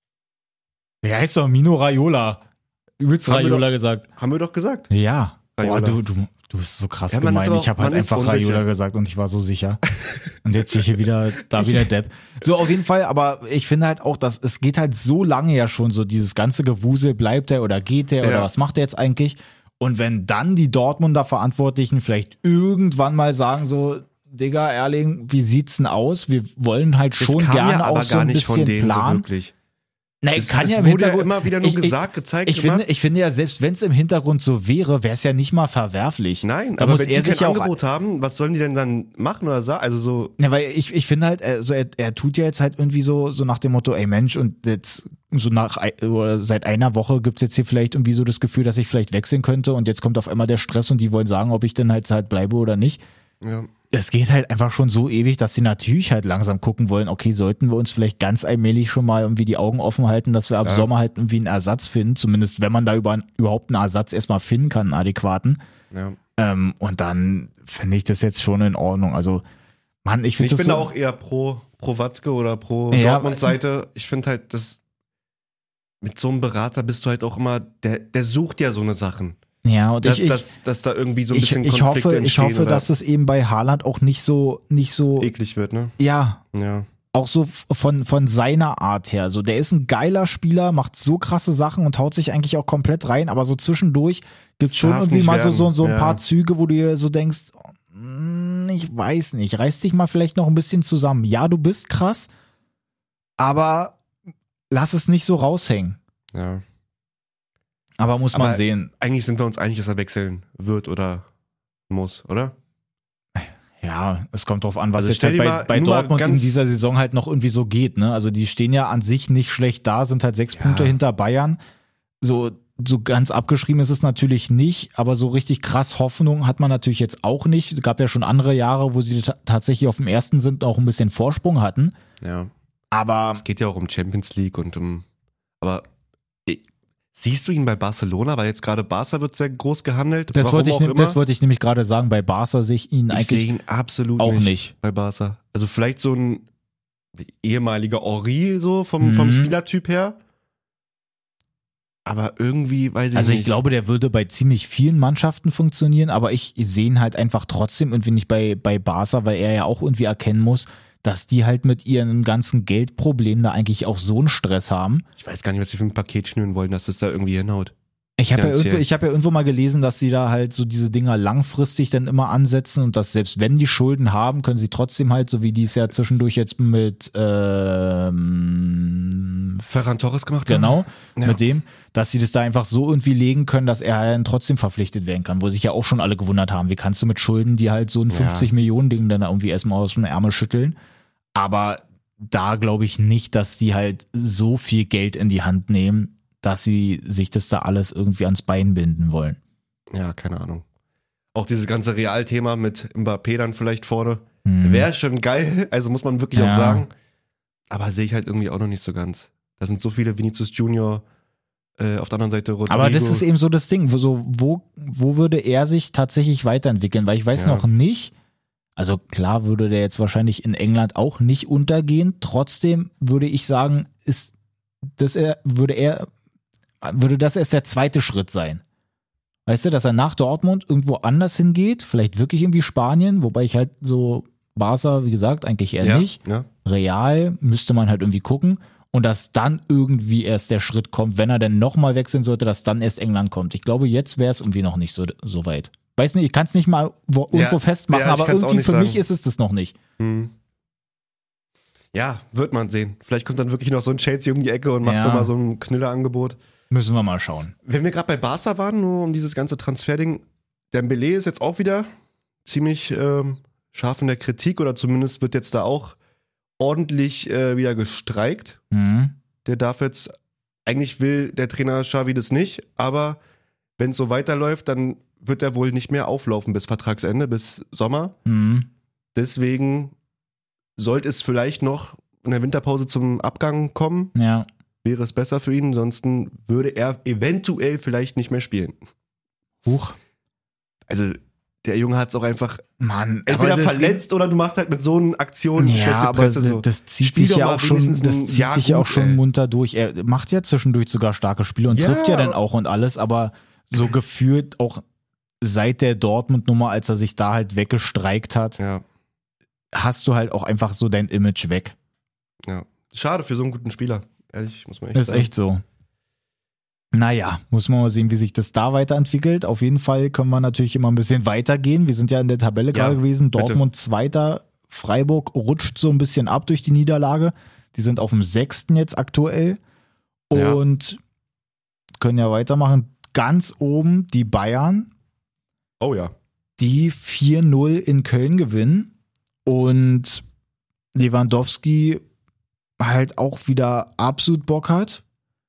Der heißt doch Mino Raiola. Übelst Haben wir Raiola gesagt. Haben wir doch gesagt. Ja. Boah, Raiola. du, du, du bist so krass Ja, man ist gemein. aber auch- Ich habe halt man ist einfach unsicher. Raiola gesagt und ich war so sicher. Und jetzt stehe ich hier wieder, da wieder Depp. So, auf jeden Fall, aber ich finde halt auch, dass es geht halt so lange ja schon so, dieses ganze Gewusel, bleibt er oder geht er oder Ja. was macht er jetzt eigentlich? Und wenn dann die Dortmunder Verantwortlichen vielleicht irgendwann mal sagen so, Digga, Erling, wie sieht's denn aus? Wir wollen halt Das schon kam gerne ja aber auch so gar ein nicht von bisschen denen so planen. wirklich. Nein, Es, kann es ja im wurde ja Hintergrund immer wieder nur ich, gesagt, gezeigt, Ich, ich, gemacht. finde, ich finde ja, selbst wenn es im Hintergrund so wäre, wäre es ja nicht mal verwerflich. Nein, da aber muss wenn er die sich kein ja auch. Angebot haben, was sollen die denn dann machen oder sagen? Also so, Ja, weil ich, ich finde halt, also er, er tut ja jetzt halt irgendwie so, so nach dem Motto, ey Mensch, und jetzt so nach ein- oder seit einer Woche gibt's jetzt hier vielleicht irgendwie so das Gefühl, dass ich vielleicht wechseln könnte und jetzt kommt auf einmal der Stress und die wollen sagen, ob ich denn halt halt bleibe oder nicht. ja. Es geht halt einfach schon so ewig, dass sie natürlich halt langsam gucken wollen, okay, sollten wir uns vielleicht ganz allmählich schon mal irgendwie die Augen offen halten, dass wir ab Ja. Sommer halt irgendwie einen Ersatz finden, zumindest wenn man da über, überhaupt einen Ersatz erstmal finden kann, einen adäquaten. ja. Ähm, und dann finde ich das jetzt schon in Ordnung. Also, Mann, ich finde Ich das bin so, da auch eher pro, pro Watzke oder pro Ja, Dortmund-Seite. Ich finde halt, dass mit so einem Berater bist du halt auch immer, der, der sucht ja so eine Sachen. ja, und Dass, ich, ich, dass, dass da irgendwie so ein ich, bisschen ich Konflikte hoffe, ich entstehen hoffe, oder dass es eben bei Haaland auch nicht so, nicht so, eklig wird, ne? ja, Ja. auch so f- von, von seiner Art her. So, der ist ein geiler Spieler, macht so krasse Sachen und haut sich eigentlich auch komplett rein, aber so zwischendurch gibt's schon Darf irgendwie nicht mal so, werden. so, so ein Ja. paar Züge, wo du dir so denkst, oh, mm, ich weiß nicht, reiß dich mal vielleicht noch ein bisschen zusammen. Ja, du bist krass, aber lass es nicht so raushängen. Ja. Aber muss man Aber- sehen. Eigentlich sind wir uns einig, dass er wechseln wird oder muss, oder? Ja, es kommt drauf an, was Also jetzt stell halt dir bei, mal- bei nur mal Dortmund in ganz- dieser Saison halt noch irgendwie so geht. Ne? Also die stehen ja an sich nicht schlecht da, sind halt sechs Punkte hinter Bayern. So, so ganz abgeschrieben ist es natürlich nicht, aber so richtig krass Hoffnung hat man natürlich jetzt auch nicht. Es gab ja schon andere Jahre, wo sie ta- tatsächlich auf dem ersten sind, auch ein bisschen Vorsprung hatten. Ja. Aber Es geht ja auch um Champions League und um. Aber eh, siehst du ihn bei Barcelona? Weil jetzt gerade Barca wird sehr groß gehandelt. das Warum wollte ich, auch ne- immer. das wollte ich nämlich gerade sagen, bei Barca sehe ich ihn Ich sehe eigentlich ihn absolut auch nicht, nicht. bei Barca. Also vielleicht so ein ehemaliger Henry so vom, Mhm. vom Spielertyp her. Aber irgendwie weiß ich Also nicht. ich glaube, der würde bei ziemlich vielen Mannschaften funktionieren, aber ich sehe ihn halt einfach trotzdem irgendwie nicht bei, bei Barca, weil er ja auch irgendwie erkennen muss, dass die halt mit ihren ganzen Geldproblemen da eigentlich auch so einen Stress haben. Ich weiß gar nicht, was sie für ein Paket schnüren wollen, dass das da irgendwie hinhaut. Ich habe ja, Finanziell. irgendwo- ich hab ja irgendwo mal gelesen, dass sie da halt so diese Dinger langfristig dann immer ansetzen und dass selbst wenn die Schulden haben, können sie trotzdem halt, so wie die es ja zwischendurch jetzt mit ähm, Ferran Torres gemacht genau, haben? Ja. mit dem, dass sie das da einfach so irgendwie legen können, dass er dann trotzdem verpflichtet werden kann, wo sich ja auch schon alle gewundert haben, wie kannst du mit Schulden, die halt so ein Ja. fünfzig Millionen Ding dann irgendwie erstmal aus dem Ärmel schütteln, aber da glaube ich nicht, dass die halt so viel Geld in die Hand nehmen, dass sie sich das da alles irgendwie ans Bein binden wollen. Ja, keine Ahnung. Auch dieses ganze Realthema mit Mbappé dann vielleicht vorne. Hm. Wäre schon geil, also muss man wirklich Ja. auch sagen. Aber sehe ich halt irgendwie auch noch nicht so ganz. Da sind so viele Vinicius Junior, äh, auf der anderen Seite Rodrigo. Aber das ist eben so das Ding, wo, so, wo, wo würde er sich tatsächlich weiterentwickeln? Weil ich weiß Ja. noch nicht, also klar würde der jetzt wahrscheinlich in England auch nicht untergehen, trotzdem würde ich sagen, ist das er, würde er, würde das erst der zweite Schritt sein. Weißt du, dass er nach Dortmund irgendwo anders hingeht, vielleicht wirklich irgendwie Spanien, wobei ich halt so Barca, wie gesagt, eigentlich eher ja, nicht. Ja. Real müsste man halt irgendwie gucken und dass dann irgendwie erst der Schritt kommt, wenn er denn nochmal wechseln sollte, dass dann erst England kommt. Ich glaube, jetzt wäre es irgendwie noch nicht so, so weit. Weiß nicht, ich kann es nicht mal wo, Ja, irgendwo festmachen, ja, ich aber kann's auch irgendwie nicht für sagen. mich ist es das noch nicht. Hm. Ja, wird man sehen. Vielleicht kommt dann wirklich noch so ein Chelsea um die Ecke und macht Ja. nochmal so ein Knüllerangebot. Müssen wir mal schauen. Wenn wir gerade bei Barca waren, nur um dieses ganze Transferding, Dembélé ist jetzt auch wieder ziemlich ähm, scharf in der Kritik oder zumindest wird jetzt da auch ordentlich äh, wieder gestreikt. Mhm. Der darf jetzt, eigentlich will der Trainer Xavi das nicht, aber wenn es so weiterläuft, dann wird er wohl nicht mehr auflaufen bis Vertragsende, bis Sommer. Mhm. Deswegen sollte es vielleicht noch in der Winterpause zum Abgang kommen. Ja. Wäre es besser für ihn, ansonsten würde er eventuell vielleicht nicht mehr spielen. Huch. Also der Junge hat es auch einfach Mann, entweder aber das- verletzt oder du machst halt mit so einer Aktion Ja, schlechte aber Presse. das, So. das zieht Spiel sich doch ja mal auch schon, wenigstens das ein zieht Jahr sich ja gut, auch schon ey. munter durch. Er macht ja zwischendurch sogar starke Spiele und Ja, trifft ja dann aber- auch und alles, aber so gefühlt auch seit der Dortmund-Nummer, als er sich da halt weggestreikt hat, Ja, hast du halt auch einfach so dein Image weg. ja. Schade für so einen guten Spieler. Ehrlich, muss man echt Das ist sagen. echt so. Naja, muss man mal sehen, wie sich das da weiterentwickelt. Auf jeden Fall können wir natürlich immer ein bisschen weitergehen. Wir sind ja in der Tabelle Ja, gerade gewesen. bitte. Dortmund Zweiter, Freiburg rutscht so ein bisschen ab durch die Niederlage. Die sind auf dem Sechsten jetzt aktuell Ja. und können ja weitermachen. Ganz oben die Bayern, Oh ja. die vier null in Köln gewinnen und Lewandowski halt auch wieder absolut Bock hat.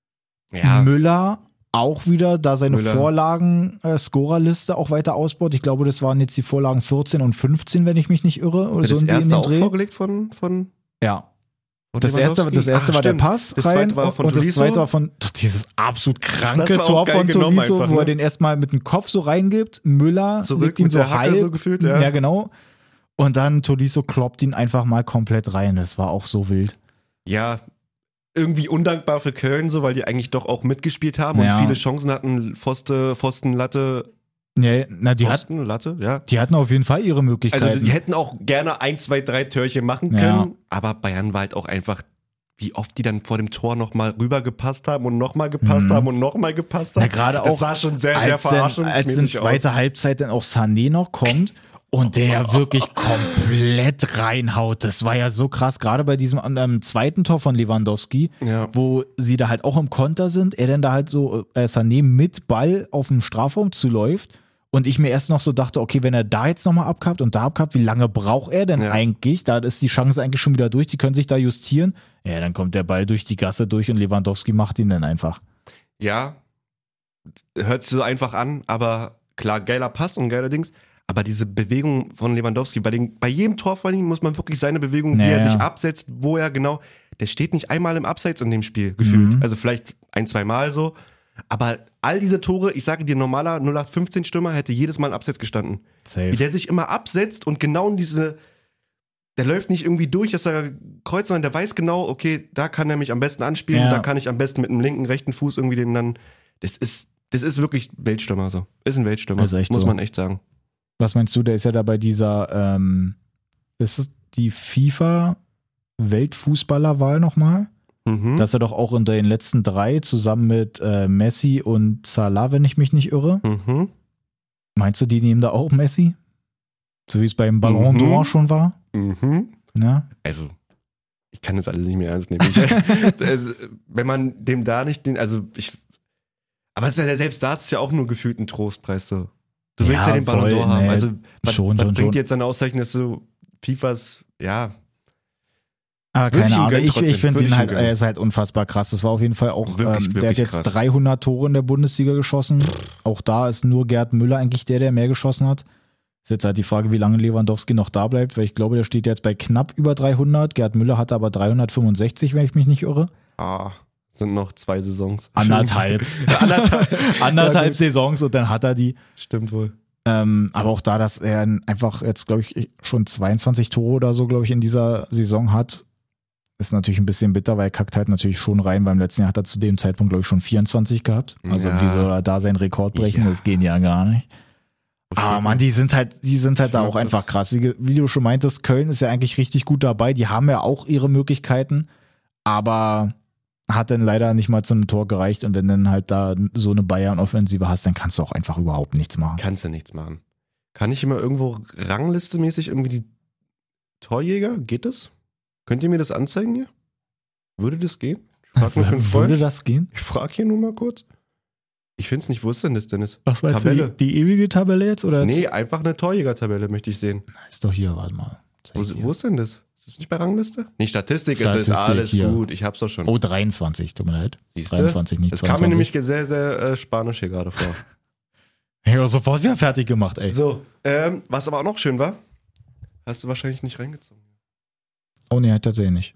Ja, Müller auch wieder, da seine Müller. Vorlagen-Scorerliste auch weiter ausbaut. Ich glaube, das waren jetzt die Vorlagen vierzehn und fünfzehn, wenn ich mich nicht irre. Oder das so irgendwie in erste den auch Dreh. vorgelegt von, von Ja. von Das erste, Lewandowski? das erste Ach, war der stimmt. Pass Das rein zweite war von und das Tolisso. zweite war von dieses absolut kranke Das war auch Tor geil von genommen Tolisso, einfach, wo er ne? den erstmal mit dem Kopf so reingibt. Müller Zurück legt ihn mit so der Hacke halb. so gefühlt, ja. Ja, genau. Und dann Tolisso kloppt ihn einfach mal komplett rein. Das war auch so wild. Ja, irgendwie undankbar für Köln, so, weil die eigentlich doch auch mitgespielt haben Ja. und viele Chancen hatten. Pfoste, Pfosten, Latte. Ja, na, die, hat, Pfosten, Latte, ja. die hatten auf jeden Fall ihre Möglichkeiten. Also die hätten auch gerne ein, zwei, drei Törchen machen können, Ja. aber Bayern war halt auch einfach, wie oft die dann vor dem Tor nochmal rübergepasst haben und nochmal gepasst Mhm. haben und nochmal gepasst haben. Na, gerade das auch, sah schon sehr, sehr als, dann, als in verarschungsmäßig zweiter aus. Halbzeit dann auch Sané noch kommt und der ja wirklich komplett reinhaut. Das war ja so krass, gerade bei diesem ähm, zweiten Tor von Lewandowski, Ja. wo sie da halt auch im Konter sind, er dann da halt so äh, Sané mit Ball auf dem Strafraum zuläuft und ich mir erst noch so dachte, okay, wenn er da jetzt nochmal abkappt und da abkappt, wie lange braucht er denn Ja. eigentlich? Da ist die Chance eigentlich schon wieder durch, die können sich da justieren. Ja, dann kommt der Ball durch die Gasse durch und Lewandowski macht ihn dann einfach. Ja, hört sich so einfach an, aber klar, geiler Pass und geiler Dings. Aber diese Bewegung von Lewandowski, bei, den, bei jedem Tor von ihm muss man wirklich seine Bewegung, wie Ja, er ja. sich absetzt, wo er genau, der steht nicht einmal im Abseits in dem Spiel, gefühlt. Mhm. Also vielleicht ein, zwei Mal so. Aber all diese Tore, ich sage dir, normaler null acht fünfzehn Stürmer hätte jedes Mal im Abseits gestanden. Safe. Wie der sich immer absetzt und genau in diese, der läuft nicht irgendwie durch, dass er kreuzt, sondern der weiß genau, okay, da kann er mich am besten anspielen, Ja. da kann ich am besten mit dem linken, rechten Fuß irgendwie den dann, das ist, das ist wirklich Weltstürmer so. Ist ein Weltstürmer, Das ist echt muss so. man echt sagen. Was meinst du, der ist ja da bei dieser, ähm, ist es die FIFA-Weltfußballerwahl nochmal? Mhm. Da ist er doch auch unter den letzten drei zusammen mit äh, Messi und Salah, wenn ich mich nicht irre. Mhm. Meinst du, die nehmen da auch Messi? So wie es beim Ballon Mhm. d'Or schon war? Mhm. Ja? Also, ich kann das alles nicht mehr ernst nehmen. Ich, also, wenn man dem da nicht den, also ich, aber es ist ja, selbst da ist es ja auch nur gefühlt ein Trostpreis so. Du willst Ja, ja den Ballon voll, d'Or haben. nee, Also, was, schon, was schon, bringt schon. dir jetzt eine Auszeichnung, dass du FIFAs, ja, Aber Würde ich keine ihm Ahnung, gönnen ich, trotzdem. ich finde Würde ihn ich ihm halt, gönnen. er ist halt unfassbar krass. Das war auf jeden Fall auch, Wirklich, ähm, der wirklich hat jetzt krass. dreihundert Tore in der Bundesliga geschossen. Auch da ist nur Gerd Müller eigentlich der, der mehr geschossen hat. Ist jetzt halt die Frage, wie lange Lewandowski noch da bleibt, weil ich glaube, der steht jetzt bei knapp über dreihundert. Gerd Müller hatte aber dreihundertfünfundsechzig, wenn ich mich nicht irre. ah, sind noch zwei Saisons. Anderthalb. Anderthalb. Anderthalb Ja, gut. Saisons und dann hat er die. Stimmt wohl. Ähm, aber auch da, dass er einfach jetzt, glaube ich, schon zweiundzwanzig Tore oder so, glaube ich, in dieser Saison hat, ist natürlich ein bisschen bitter, weil er kackt halt natürlich schon rein. Beim letzten Jahr hat er zu dem Zeitpunkt, glaube ich, schon vierundzwanzig gehabt. Also Ja. wie soll er da seinen Rekord brechen? Ja. Das geht ja gar nicht. Aber man, die sind halt, die sind halt da auch einfach krass. Wie, wie du schon meintest, Köln ist ja eigentlich richtig gut dabei. Die haben ja auch ihre Möglichkeiten, aber hat dann leider nicht mal zum Tor gereicht. Und wenn dann halt da so eine Bayern-Offensive hast, dann kannst du auch einfach überhaupt nichts machen. Kannst du nichts machen. Kann ich immer irgendwo ranglistemäßig irgendwie die Torjäger? Geht das? Könnt ihr mir das anzeigen hier? Würde das gehen? Ich frage nur für einen Freund. Würde das gehen? Ich frage hier nur mal kurz. Ich finde es nicht. Wo ist denn das, Dennis? Was meinst du, Tabelle. Die, die ewige Tabelle jetzt? Oder jetzt? Nee, einfach eine Torjäger-Tabelle möchte ich sehen. Ist doch hier, warte mal. Zeig Wo, hier. wo ist denn das? Ist das nicht bei Rangliste? Nee, Statistik, es Statistik, ist alles hier. gut. Ich hab's doch schon. Oh, dreiundzwanzig, tut mir leid. Siehste? dreiundzwanzig, nicht Das kam mir zweiundzwanzig. nämlich sehr, sehr äh, spanisch hier gerade vor. Ja, sofort wieder fertig gemacht, ey. So, ähm, was aber auch noch schön war, hast du wahrscheinlich nicht reingezogen. Oh nee, tatsächlich nicht.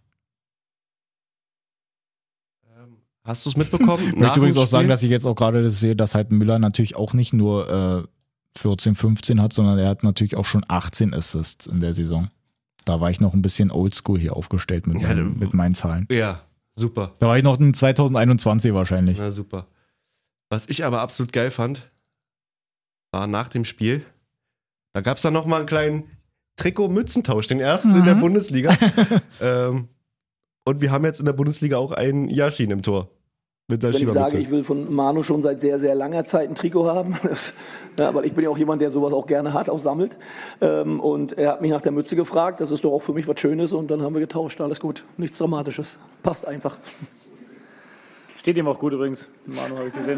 Ähm, hast du es mitbekommen? Ich möchte übrigens auch sagen, dass ich jetzt auch gerade das sehe, dass halt Müller natürlich auch nicht nur äh, vierzehn, fünfzehn hat, sondern er hat natürlich auch schon achtzehn Assists in der Saison. Da war ich noch ein bisschen oldschool hier aufgestellt mit, Ja, meinen, mit meinen Zahlen. Ja, super. Da war ich noch in zwanzig einundzwanzig wahrscheinlich. Na super. Was ich aber absolut geil fand, war nach dem Spiel, da gab es dann nochmal einen kleinen Trikot-Mützentausch, den ersten Mhm. in der Bundesliga. ähm, und wir haben jetzt in der Bundesliga auch einen Yashin im Tor. Mit der Wenn ich sage, Schiebermütze. ich will von Manu schon seit sehr, sehr langer Zeit ein Trikot haben, das, ja, weil ich bin ja auch jemand, der sowas auch gerne hat, auch sammelt. Ähm, und er hat mich nach der Mütze gefragt, das ist doch auch für mich was Schönes und dann haben wir getauscht, alles gut, nichts Dramatisches, passt einfach. Steht ihm auch gut übrigens. Manu habe ich gesehen.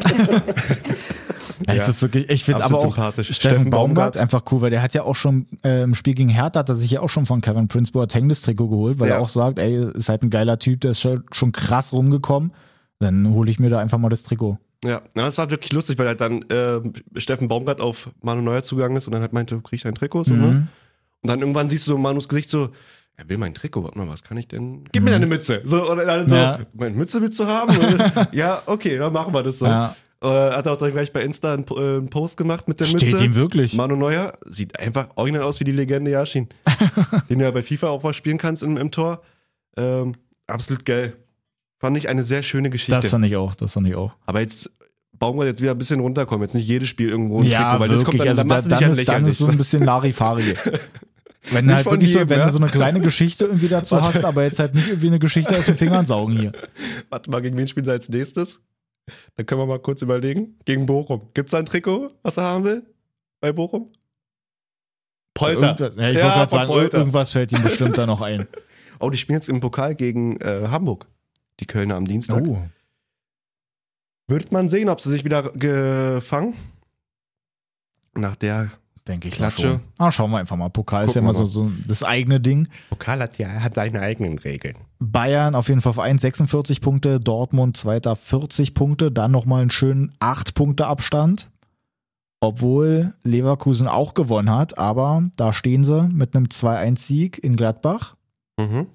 Ja, es ist so, ich finde aber Absolut auch sympathisch. Steffen, Steffen Baumgart Baumgart einfach cool, weil der hat ja auch schon äh, im Spiel gegen Hertha, hat er sich ja auch schon von Kevin Prince Boateng das Trikot geholt, weil Ja. er auch sagt, ey, ist halt ein geiler Typ, der ist schon, schon krass rumgekommen. Dann hole ich mir da einfach mal das Trikot. Ja, na, das war wirklich lustig, weil halt dann äh, Steffen Baumgart auf Manu Neuer zugegangen ist und dann halt meinte, krieg ich ein Trikot? So, Mhm. ne? Und dann irgendwann siehst du so Manus Gesicht so, er will mein Trikot, warte mal, was kann ich denn? Gib mir deine Mütze. So, und dann so, Ja. meine Mütze willst du haben? Und, ja, okay, dann machen wir das so. Ja. Äh, hat er auch dann gleich bei Insta einen, äh, einen Post gemacht mit der Steht Mütze. ihm wirklich. Manu Neuer sieht einfach original aus wie die Legende Yashin, den du ja bei FIFA auch mal spielen kannst im, im Tor. Ähm, absolut geil. Fand ich eine sehr schöne Geschichte. Das fand ich auch, das fand ich auch. Aber jetzt Baumgart jetzt wieder ein bisschen runterkommen. Jetzt nicht jedes Spiel irgendwo ein Ja, Trikot, weil das kommt wirklich, dann, also dann da, machst du dann, dich ja ist, dann lächerlich. ist so ein bisschen Larifari. Wenn du Nicht halt von wirklich so, jedem, wenn ja. du so eine kleine Geschichte irgendwie dazu hast, aber jetzt halt nicht irgendwie eine Geschichte aus den Fingern saugen hier. Warte mal, gegen wen spielen sie als nächstes? Dann können wir mal kurz überlegen. Gegen Bochum. Gibt's da ein Trikot, was er haben will? Bei Bochum? Polter. Irgendwas- Ja, ich Ja, wollte gerade von sagen, Polter. irgendwas fällt ihm bestimmt da noch ein. Oh, die spielen jetzt im Pokal gegen äh, Hamburg. Die Kölner am Dienstag. Oh. Wird man sehen, ob sie sich wieder gefangen. Nach der Denke ich Klatsche. mal schon. Ah, schauen wir einfach mal. Pokal ist ja Gucken immer wir so, so das eigene Ding. Pokal hat ja hat seine eigenen Regeln. Bayern auf jeden Fall auf eins, sechsundvierzig Punkte. Dortmund zweiter, vierzig Punkte. Dann nochmal einen schönen acht Punkte Abstand. Obwohl Leverkusen auch gewonnen hat. Aber da stehen sie mit einem zwei eins Sieg in Gladbach. Mhm.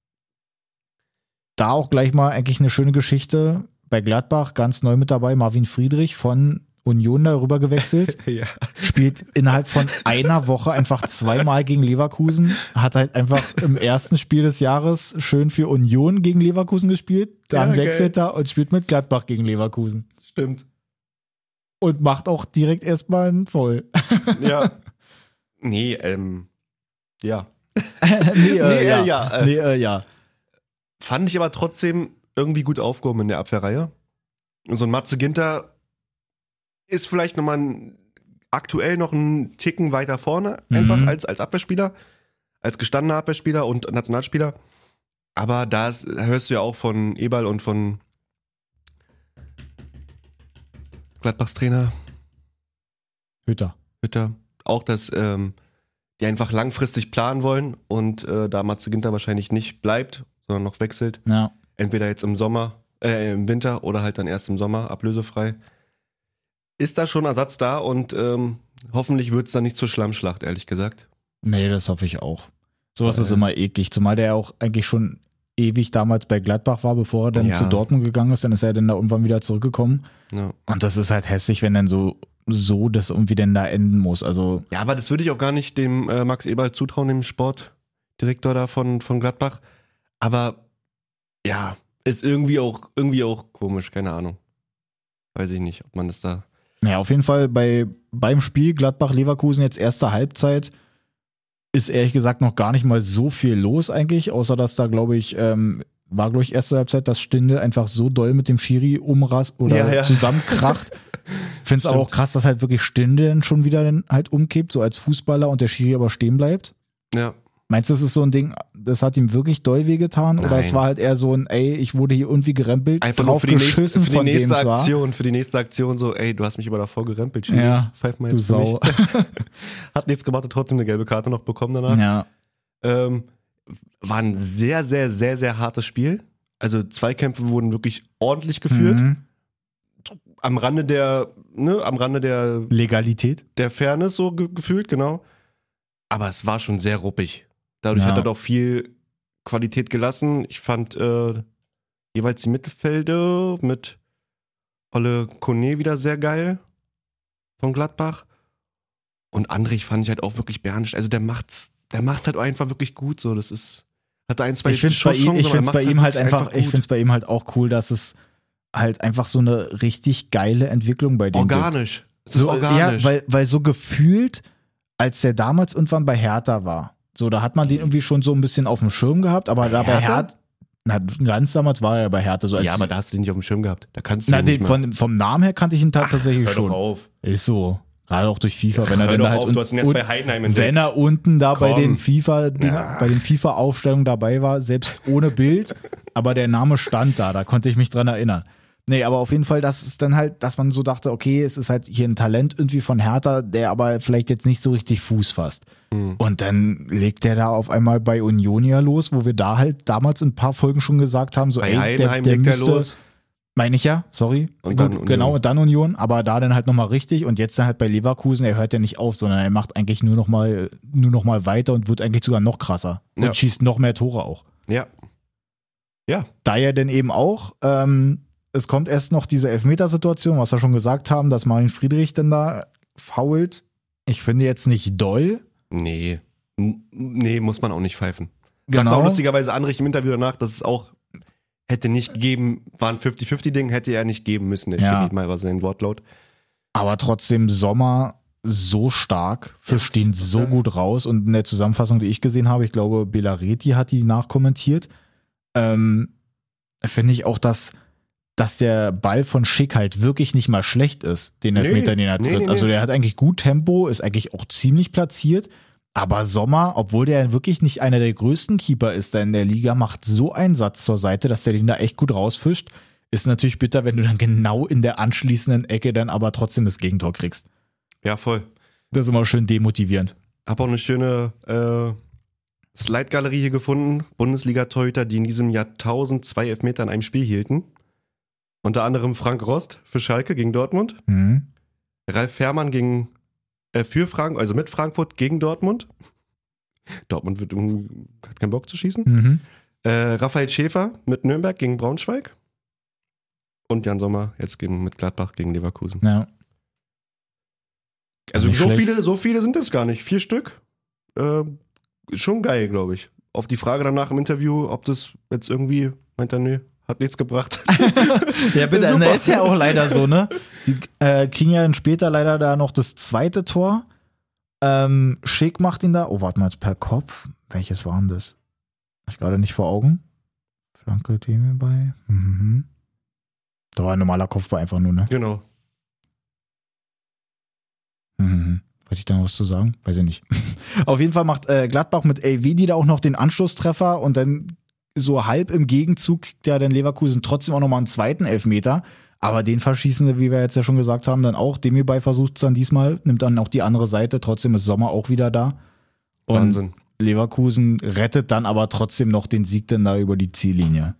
Da auch gleich mal eigentlich eine schöne Geschichte. Bei Gladbach ganz neu mit dabei. Marvin Friedrich von Union darüber gewechselt. Ja. Spielt innerhalb von einer Woche einfach zweimal gegen Leverkusen, hat halt einfach im ersten Spiel des Jahres schön für Union gegen Leverkusen gespielt, dann Ja, wechselt er und spielt mit Gladbach gegen Leverkusen. Stimmt. Und macht auch direkt erstmal einen Foul. Ja. Nee, ähm. Ja. nee, äh, Nee, ja. äh, ja, äh. Nee, äh, ja. Fand ich aber trotzdem irgendwie gut aufgehoben in der Abwehrreihe. Und so ein Matze Ginter ist vielleicht nochmal ein, aktuell noch einen Ticken weiter vorne, einfach Mhm. als, als Abwehrspieler, als gestandener Abwehrspieler und Nationalspieler. Aber da ist- da hörst du ja auch von Eberl und von Gladbachs Trainer Hütter. Hütter auch, dass ähm, die einfach langfristig planen wollen und äh, da Matze Ginter wahrscheinlich nicht bleibt, sondern noch wechselt. Ja. Entweder jetzt im Sommer, äh, im Winter oder halt dann erst im Sommer, ablösefrei. Ist da schon Ersatz da und ähm, hoffentlich wird es dann nicht zur Schlammschlacht, ehrlich gesagt. Nee, das hoffe ich auch. Sowas Äh. ist immer eklig, zumal der auch eigentlich schon ewig damals bei Gladbach war, bevor er dann Ja. zu Dortmund gegangen ist, dann ist er dann da irgendwann wieder zurückgekommen. Ja. Und das ist halt hässlich, wenn dann so, so das irgendwie denn da enden muss. Also, ja, aber das würde ich auch gar nicht dem äh, Max Eberl zutrauen, dem Sportdirektor da von, von Gladbach. Aber ja, ist irgendwie auch, irgendwie auch komisch, keine Ahnung. Weiß ich nicht, ob man das da. naja, auf jeden Fall bei, beim Spiel Gladbach-Leverkusen jetzt erste Halbzeit ist ehrlich gesagt noch gar nicht mal so viel los eigentlich, außer dass da, glaube ich, ähm, war, glaube ich, erste Halbzeit, dass Stindl einfach so doll mit dem Schiri umrast oder Ja, ja. zusammenkracht. Finde es aber auch krass, dass halt wirklich Stindl dann schon wieder dann halt umkippt, so als Fußballer und der Schiri aber stehen bleibt. Ja. Meinst du, das ist so ein Ding, das hat ihm wirklich doll wehgetan? Oder Nein. es war halt eher so ein, ey, ich wurde hier irgendwie gerempelt, Einfach nur drauf für die nächste, geschissen für die von dem nächste es war. Aktion, für die nächste Aktion so, ey, du hast mich aber davor gerempelt, Schiri. Ja, Pfeif mal du jetzt für mich. Sau. Hat nichts gemacht, hat trotzdem eine gelbe Karte noch bekommen danach. Ja. Ähm, war ein sehr, sehr, sehr, sehr hartes Spiel. Also Zweikämpfe wurden wirklich ordentlich geführt. Mhm. am Rande der, ne, am Rande der, Legalität. der Fairness so ge- gefühlt, genau. Aber es war schon sehr ruppig. Dadurch Ja. hat er doch viel Qualität gelassen. Ich fand äh, jeweils die Mittelfelder mit Olle Kone wieder sehr geil von Gladbach. Und Andrich fand ich halt auch wirklich beherrscht. Also der macht's, der macht halt einfach wirklich gut. So, das ist, hat ein, zwei Ich finde es bei ihm, Schusschancen, ich aber er find's bei macht's ihm halt wirklich einfach, ich gut. finde es bei ihm halt auch cool, dass es halt einfach so eine richtig geile Entwicklung bei dem gibt. organisch. Es ist So, organisch. ja, weil, weil so gefühlt, als der damals irgendwann bei Hertha war, so, da hat man den irgendwie schon so ein bisschen auf dem Schirm gehabt, aber Bei da bei Hertha? Hertha, na, ganz damals war er ja bei Hertha so als, ja, aber da hast du den nicht auf dem Schirm gehabt. Da kannst du na, den den, nicht mal. von, vom Namen her kannte ich ihn ta- tatsächlich Hör schon. doch auf. Ist so. Gerade auch durch FIFA, wenn er Hör dann doch halt auf, un- du hast ihn erst un- bei Heidenheim entdeckt. wenn er unten da bei Komm. den FIFA, Ja. bei den FIFA-Aufstellungen dabei war, selbst ohne Bild, aber der Name stand da, da konnte ich mich dran erinnern. Nee, aber auf jeden Fall, das ist dann halt, dass man so dachte, okay, es ist halt hier ein Talent irgendwie von Hertha, der aber vielleicht jetzt nicht so richtig Fuß fasst. Mhm. Und dann legt der da auf einmal bei Unionia los, wo wir da halt damals in ein paar Folgen schon gesagt haben, so Bei ey, Heidenheim der, der legt er müsste, los. meine ich ja, sorry. Und Gut, dann Union. Genau, und dann Union, aber da dann halt nochmal richtig und jetzt dann halt bei Leverkusen, er hört ja nicht auf, sondern er macht eigentlich nur nochmal nur noch mal weiter und wird eigentlich sogar noch krasser und Ja. schießt noch mehr Tore auch. Ja. Ja. Da ja denn eben auch, ähm, es kommt erst noch diese Elfmetersituation, was wir schon gesagt haben, dass Marvin Friedrich dann da fault. Ich finde jetzt nicht doll. Nee. M- Nee, muss man auch nicht pfeifen. Sagt Genau. auch lustigerweise Andrich im Interview danach, dass es auch hätte nicht gegeben, war ein fünfzig fünfzig Ding, hätte er nicht geben müssen. Der Ja. Schiri mal war sein Wortlaut. Aber trotzdem Sommer so stark, fischt ihn so gut raus. Und in der Zusammenfassung, die ich gesehen habe, ich glaube, Belareti hat die nachkommentiert, ähm, finde ich auch, dass, dass der Ball von Schick halt wirklich nicht mal schlecht ist, den Nee, Elfmeter, den er nee, tritt. nee, Also nee. der hat eigentlich gut Tempo, ist eigentlich auch ziemlich platziert. Aber Sommer, obwohl der wirklich nicht einer der größten Keeper ist da in der Liga, macht so einen Satz zur Seite, dass der den da echt gut rausfischt. Ist natürlich bitter, wenn du dann genau in der anschließenden Ecke dann aber trotzdem das Gegentor kriegst. Ja, voll. Das ist immer schön demotivierend. Hab auch eine schöne äh, Slide-Galerie hier gefunden. Bundesliga-Torhüter, die in diesem Jahrtausend zwei Elfmeter in einem Spiel hielten. Unter anderem Frank Rost für Schalke gegen Dortmund. Mhm. Ralf Fährmann gegen, äh, für Frank, also mit Frankfurt gegen Dortmund. Dortmund wird, um- hat keinen Bock zu schießen. Mhm. Äh, Raphael Schäfer mit Nürnberg gegen Braunschweig. Und Jan Sommer jetzt gegen, mit Gladbach gegen Leverkusen. Ja. Also Nicht so schlecht. viele, so viele sind es gar nicht. Vier Stück. Äh, schon geil, glaube ich. Auf die Frage danach im Interview, ob das jetzt irgendwie, meint er, nö, hat nichts gebracht. Ja, bitte, Super. ne, ist ja auch leider so, ne? Die äh, kriegen ja dann später leider da noch das zweite Tor. Ähm, Schick macht ihn da. Oh, warte mal, jetzt per Kopf. Welches war denn das? Hab ich gerade nicht vor Augen. Flanke Demi bei. Mhm. Da war ein normaler Kopfball einfach nur, ne? Genau. Mhm. Wollte ich da noch was zu sagen? Weiß ich nicht. Auf jeden Fall macht äh, Gladbach mit A V die da auch noch den Anschlusstreffer und dann so halb im Gegenzug kriegt ja dann Leverkusen trotzdem auch nochmal einen zweiten Elfmeter. Aber den verschießen wir, wie wir jetzt ja schon gesagt haben, dann auch. Demi-Bei versucht es dann diesmal, nimmt dann auch die andere Seite. Trotzdem ist Sommer auch wieder da. Und Wahnsinn. Leverkusen rettet dann aber trotzdem noch den Sieg dann da über die Ziellinie.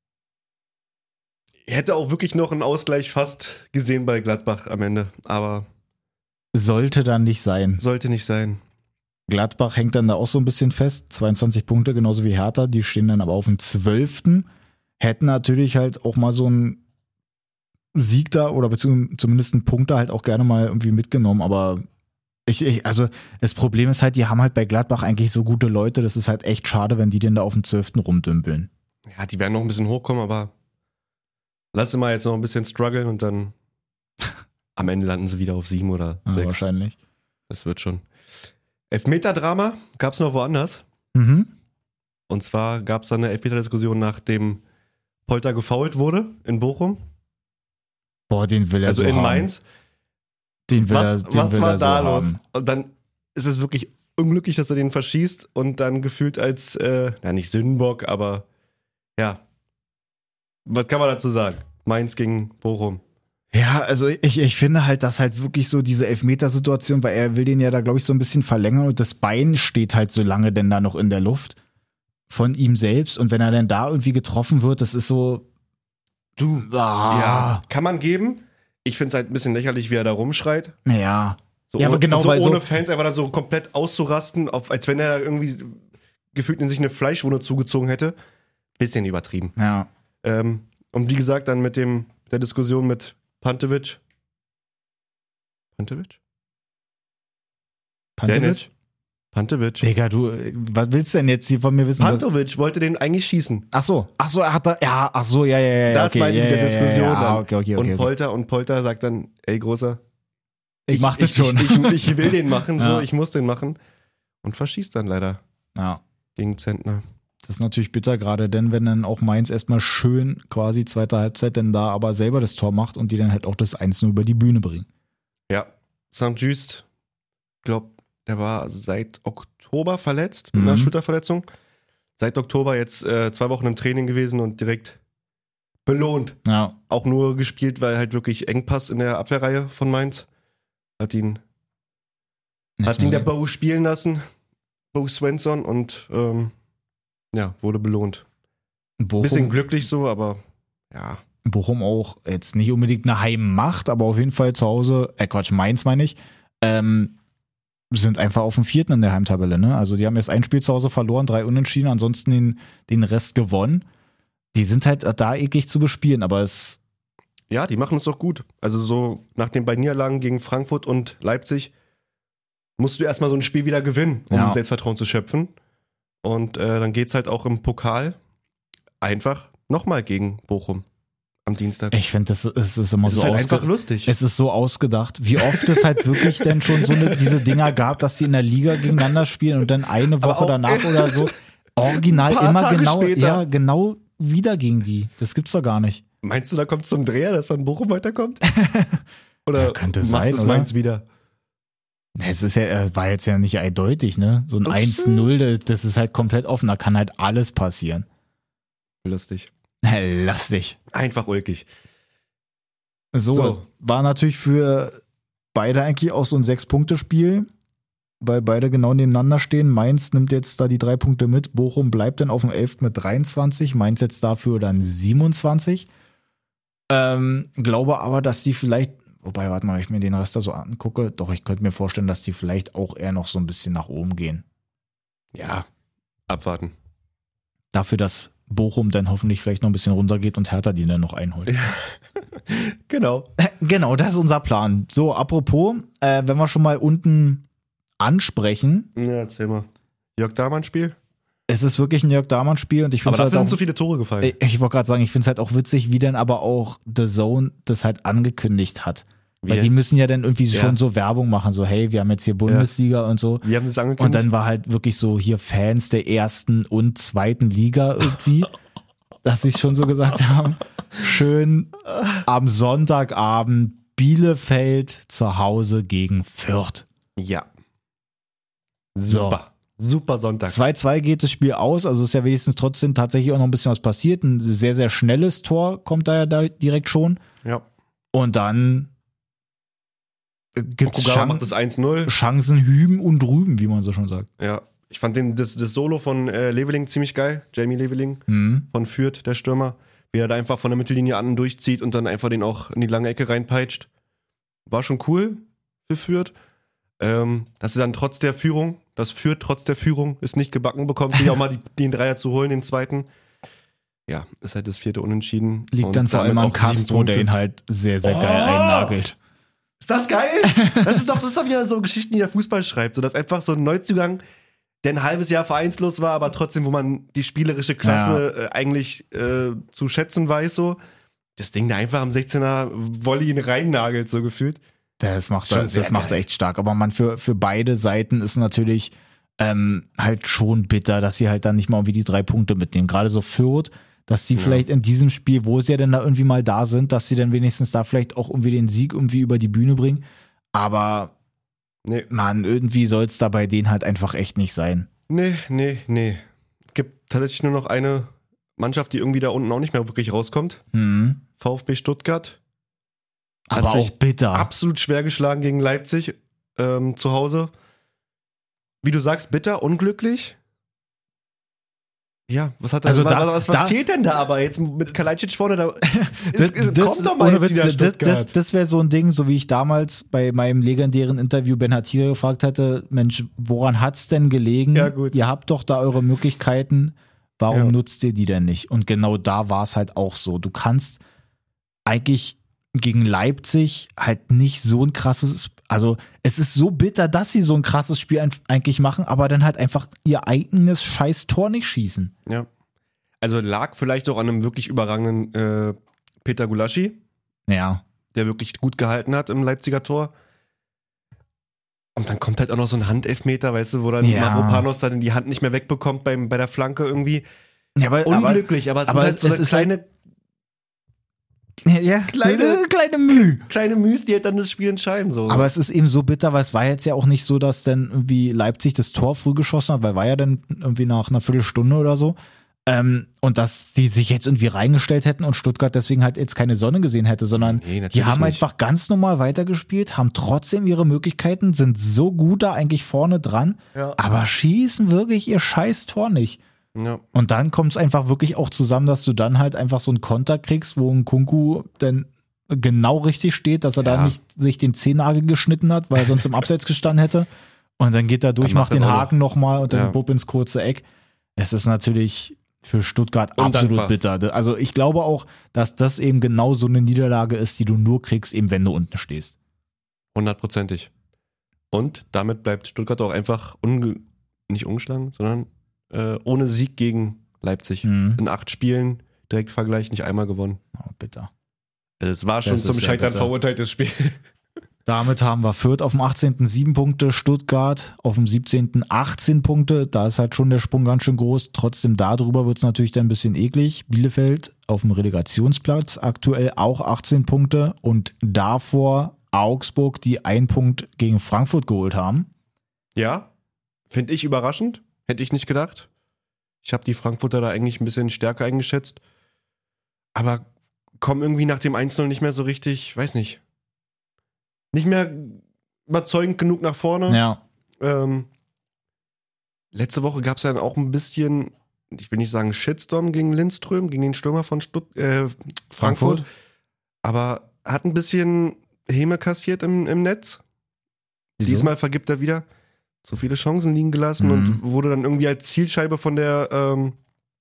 Hätte auch wirklich noch einen Ausgleich fast gesehen bei Gladbach am Ende. Aber Sollte dann nicht sein. sollte nicht sein. Gladbach hängt dann da auch so ein bisschen fest. zweiundzwanzig Punkte, genauso wie Hertha. Die stehen dann aber auf dem zwölften Hätten natürlich halt auch mal so einen Sieg da oder beziehungsweise zumindest einen Punkt da halt auch gerne mal irgendwie mitgenommen. Aber ich, ich, also das Problem ist halt, die haben halt bei Gladbach eigentlich so gute Leute. Das ist halt echt schade, wenn die denn da auf dem zwölften rumdümpeln. Ja, die werden noch ein bisschen hochkommen, aber lass sie mal jetzt noch ein bisschen strugglen und dann am Ende landen sie wieder auf sieben oder Ja, sechs. wahrscheinlich. Das wird schon. Elfmeter-Drama gab es noch woanders. Mhm. Und zwar gab es dann eine Elfmeter-Diskussion, nachdem Polter gefoult wurde in Bochum. Boah, den will er Also so in haben. Mainz. Den will Was, er, den was will war er so da los? haben. Und dann ist es wirklich unglücklich, dass er den verschießt und dann gefühlt als, äh, ja nicht Sündenbock, aber ja. Was kann man dazu sagen? Mainz gegen Bochum. Ja, also ich, ich finde halt, dass halt wirklich so diese Elfmetersituation, weil er will den ja da, glaube ich, so ein bisschen verlängern und das Bein steht halt so lange denn da noch in der Luft von ihm selbst und wenn er dann da irgendwie getroffen wird, das ist so, Du. ah, Ja, kann man geben. ich finde es halt ein bisschen lächerlich, wie er da rumschreit. Ja. So, Ja, aber genau, so weil ohne so- Fans einfach da so komplett auszurasten, auf, als wenn er irgendwie gefühlt in sich eine Fleischwunde zugezogen hätte. Bisschen übertrieben. Ja. Ähm, und wie gesagt, dann mit dem der Diskussion mit Pantovic. Pantovic? Pantovic? Dennis. Pantovic. Digga, du, was willst du denn jetzt hier von mir wissen? Pantovic wollte den eigentlich schießen. Ach so, ach so, er hat da, ja, ach so, ja, ja, ja. Das okay, war die ja, der ja, Diskussion ja, ja, dann. okay, okay, okay, und okay. Polter und Polter sagt dann, ey Großer, Ich mach das ich, schon. Ich, ich, ich will den machen, so, Ja. ich muss den machen. Und verschießt dann leider Ja, gegen Zentner. das ist natürlich bitter gerade, denn wenn dann auch Mainz erstmal schön quasi zweite Halbzeit dann da aber selber das Tor macht und die dann halt auch das eins null über die Bühne bringen. Ja, Sankt Just, glaub, der war seit Oktober verletzt mit Mhm. einer Schulterverletzung. Seit Oktober jetzt äh, zwei Wochen im Training gewesen und direkt belohnt. Ja, Auch nur gespielt, weil halt wirklich Engpass in der Abwehrreihe von Mainz. Hat ihn, hat ihn der Bo spielen lassen, Bo Svensson, und ähm, ja, wurde belohnt. Bochum, Bisschen glücklich so, aber ja. Bochum auch jetzt nicht unbedingt eine Heimmacht, aber auf jeden Fall zu Hause, äh Quatsch, Mainz meine ich, ähm, sind einfach auf dem vierten in der Heimtabelle, ne? Also die haben jetzt ein Spiel zu Hause verloren, drei Unentschieden, ansonsten den, den Rest gewonnen. Die sind halt da eklig zu bespielen, aber es, Ja, die machen es doch gut. Also so nach den beiden Niederlagen gegen Frankfurt und Leipzig musst du erstmal so ein Spiel wieder gewinnen, um Ja. Selbstvertrauen zu schöpfen. Und äh, dann geht's halt auch im Pokal einfach nochmal gegen Bochum am Dienstag. ich finde, das ist, es ist immer Es so ist halt ausge- einfach lustig. Es ist so ausgedacht, wie oft es halt wirklich dann schon so eine, diese Dinger gab, dass sie in der Liga gegeneinander spielen und dann eine Aber Woche auch- danach oder so original Ein paar immer Tage genau, später. ja, genau wieder gegen die. Das gibt's doch gar nicht. Meinst du, da kommt zum Dreher, dass dann Bochum weiterkommt? Oder Ja, könnte macht sein, es oder? Mainz wieder? Es ist ja, äh, war jetzt ja nicht eindeutig, ne? So ein Das ist- eins null, das, das ist halt komplett offen, da kann halt alles passieren. Lustig. Lass dich. Einfach ulkig. So, So. war natürlich für beide eigentlich auch so ein Sechs-Punkte-Spiel, weil beide genau nebeneinander stehen. Mainz nimmt jetzt da die drei Punkte mit, Bochum bleibt dann auf dem elften mit dreiundzwanzig, Mainz jetzt dafür dann siebenundzwanzig. Ähm, glaube aber, dass die vielleicht, wobei, warte mal, wenn ich mir den Rest da so angucke, doch, ich könnte mir vorstellen, dass die vielleicht auch eher noch so ein bisschen nach oben gehen. Ja, abwarten. Dafür, dass Bochum dann hoffentlich vielleicht noch ein bisschen runtergeht und Hertha die dann noch einholt. Genau. Genau, das ist unser Plan. So, apropos, äh, wenn wir schon mal unten ansprechen, Ja, erzähl mal. Jörg Dahmann-Spiel? es ist wirklich ein Jörg Dahmann-Spiel und ich Aber finde es dafür halt sind so auch, viele Tore gefallen. ich, ich wollte gerade sagen, ich finde es halt auch witzig, wie dann aber auch The Zone das halt angekündigt hat. Weil Wie? die müssen ja dann irgendwie Ja. schon so Werbung machen, so hey, wir haben jetzt hier Bundesliga und so. Wie haben sie es Und angekündigt? dann war halt wirklich so hier Fans der ersten und zweiten Liga irgendwie, dass sie schon so gesagt haben, schön am Sonntagabend Bielefeld zu Hause gegen Fürth. Ja. So. Super. Super Sonntag. zwei zwei geht das Spiel aus, also ist ja wenigstens trotzdem tatsächlich auch noch ein bisschen was passiert. Ein sehr, sehr schnelles Tor kommt da ja da direkt schon. Ja. Und dann gibt es Okugawa macht Chan das eins null. Chancen hüben und drüben, wie man so schon sagt. Ja. Ich fand den, das, das Solo von äh, Leveling ziemlich geil. Jamie Leveling Mhm. von Fürth, der Stürmer. Wie er da einfach von der Mittellinie an durchzieht und dann einfach den auch in die lange Ecke reinpeitscht. War schon cool für Fürth. Ähm, dass sie dann trotz der Führung, das Fürth trotz der Führung es nicht gebacken bekommt, sich auch mal die, den Dreier zu holen, den zweiten. Ja, ist halt das vierte Unentschieden. Liegt Und dann vor allem damit an auch sieben Castro, der Punkte. ihn halt sehr, sehr geil Oh! einnagelt. Ist das geil? Das ist doch, das ist doch wieder so Geschichten, die der Fußball schreibt. So, dass einfach so ein Neuzugang, der ein halbes Jahr vereinslos war, aber trotzdem, wo man die spielerische Klasse äh, eigentlich äh, zu schätzen weiß, so. Das Ding da einfach am sechzehner Volley ihn reinnagelt, so gefühlt. Das macht Schon er, sehr das macht er geil. echt stark. Aber man, für, für beide Seiten ist natürlich ähm, halt schon bitter, dass sie halt dann nicht mal irgendwie die drei Punkte mitnehmen. Gerade so Fürth, dass die Ja. vielleicht in diesem Spiel, wo sie ja dann da irgendwie mal da sind, dass sie dann wenigstens da vielleicht auch irgendwie den Sieg irgendwie über die Bühne bringen. Aber Nee, man, irgendwie soll es da bei denen halt einfach echt nicht sein. nee, nee, nee. Es gibt tatsächlich nur noch eine Mannschaft, die irgendwie da unten auch nicht mehr wirklich rauskommt. Mhm. VfB Stuttgart. Hat Aber auch sich bitter. Absolut schwer geschlagen gegen Leipzig ähm, zu Hause. Wie du sagst, bitter, unglücklich. Ja, was hat er, Also was, da- was, was da- fehlt denn da aber jetzt mit Kalajdzic vorne? Da, Das, es, es, das, kommt doch mal ohne jetzt Witz, wieder das, Stuttgart. das, das wäre so ein Ding, so wie ich damals bei meinem legendären Interview Ben Hatir gefragt hatte, Mensch, woran hat's denn gelegen? Ja, gut. Ihr habt doch da eure Möglichkeiten, warum Ja. nutzt ihr die denn nicht? Und genau da war es halt auch so. Du kannst eigentlich gegen Leipzig halt nicht so ein krasses, also es ist so bitter, dass sie so ein krasses Spiel ein- eigentlich machen, aber dann halt einfach ihr eigenes scheiß Tor nicht schießen. Ja. Also lag vielleicht auch an einem wirklich überragenden äh, Peter Gulaschi, Ja. der wirklich gut gehalten hat im Leipziger Tor. Und dann kommt halt auch noch so ein Handelfmeter, weißt du, wo dann Ja. Mavropanos dann die Hand nicht mehr wegbekommt beim, bei der Flanke irgendwie. Ja, aber, Unglücklich, aber, es aber sind halt so es eine ist kleine, aber ja, Kleine- kleine Mühe. kleine Müs, die halt dann das Spiel entscheiden. So. Aber es ist eben so bitter, weil es war jetzt ja auch nicht so, dass dann irgendwie Leipzig das Tor früh geschossen hat, weil war ja dann irgendwie nach einer Viertelstunde oder so. Ähm, und dass die sich jetzt irgendwie reingestellt hätten und Stuttgart deswegen halt jetzt keine Sonne gesehen hätte, sondern Nee, natürlich die haben nicht. einfach ganz normal weitergespielt, haben trotzdem ihre Möglichkeiten, sind so gut da eigentlich vorne dran, Ja. aber schießen wirklich ihr scheiß Tor nicht. Ja. Und dann kommt es einfach wirklich auch zusammen, dass du dann halt einfach so einen Konter kriegst, wo ein Kunku dann genau richtig steht, dass er Ja. da nicht sich den Zehennagel geschnitten hat, weil er sonst im Abseits gestanden hätte. Und dann geht er durch, Dann macht macht den das auch Haken nochmal und dann Ja. bupp ins kurze Eck. Es ist natürlich für Stuttgart Undankbar. absolut bitter. Also ich glaube auch, dass das eben genau so eine Niederlage ist, die du nur kriegst, eben wenn du unten stehst. Hundertprozentig. Und damit bleibt Stuttgart auch einfach unge nicht ungeschlagen, sondern äh, ohne Sieg gegen Leipzig. Mhm. In acht Spielen, Direktvergleich, nicht einmal gewonnen. Oh, bitter. Es war schon Das zum ist sehr Scheitern bitter. verurteiltes Spiel. Damit haben wir Fürth auf dem achtzehnten sieben Punkte, Stuttgart auf dem siebzehnten achtzehn Punkte. Da ist halt schon der Sprung ganz schön groß. Trotzdem darüber wird es natürlich dann ein bisschen eklig. Bielefeld auf dem Relegationsplatz, aktuell auch achtzehn Punkte. Und davor Augsburg, die einen Punkt gegen Frankfurt geholt haben. Ja, finde ich überraschend. Hätte ich nicht gedacht. Ich habe die Frankfurter da eigentlich ein bisschen stärker eingeschätzt. Aber kommen irgendwie nach dem eins null nicht mehr so richtig, weiß nicht. Nicht mehr überzeugend genug nach vorne. Ja. Ähm, letzte Woche gab es ja auch ein bisschen, ich will nicht sagen Shitstorm gegen Lindström, gegen den Stürmer von Stutt äh, Frankfurt, Frankfurt. aber hat ein bisschen Häme kassiert im, im Netz. Wieso? Diesmal vergibt er wieder zu viele Chancen liegen gelassen Mhm. und wurde dann irgendwie als Zielscheibe von der ähm,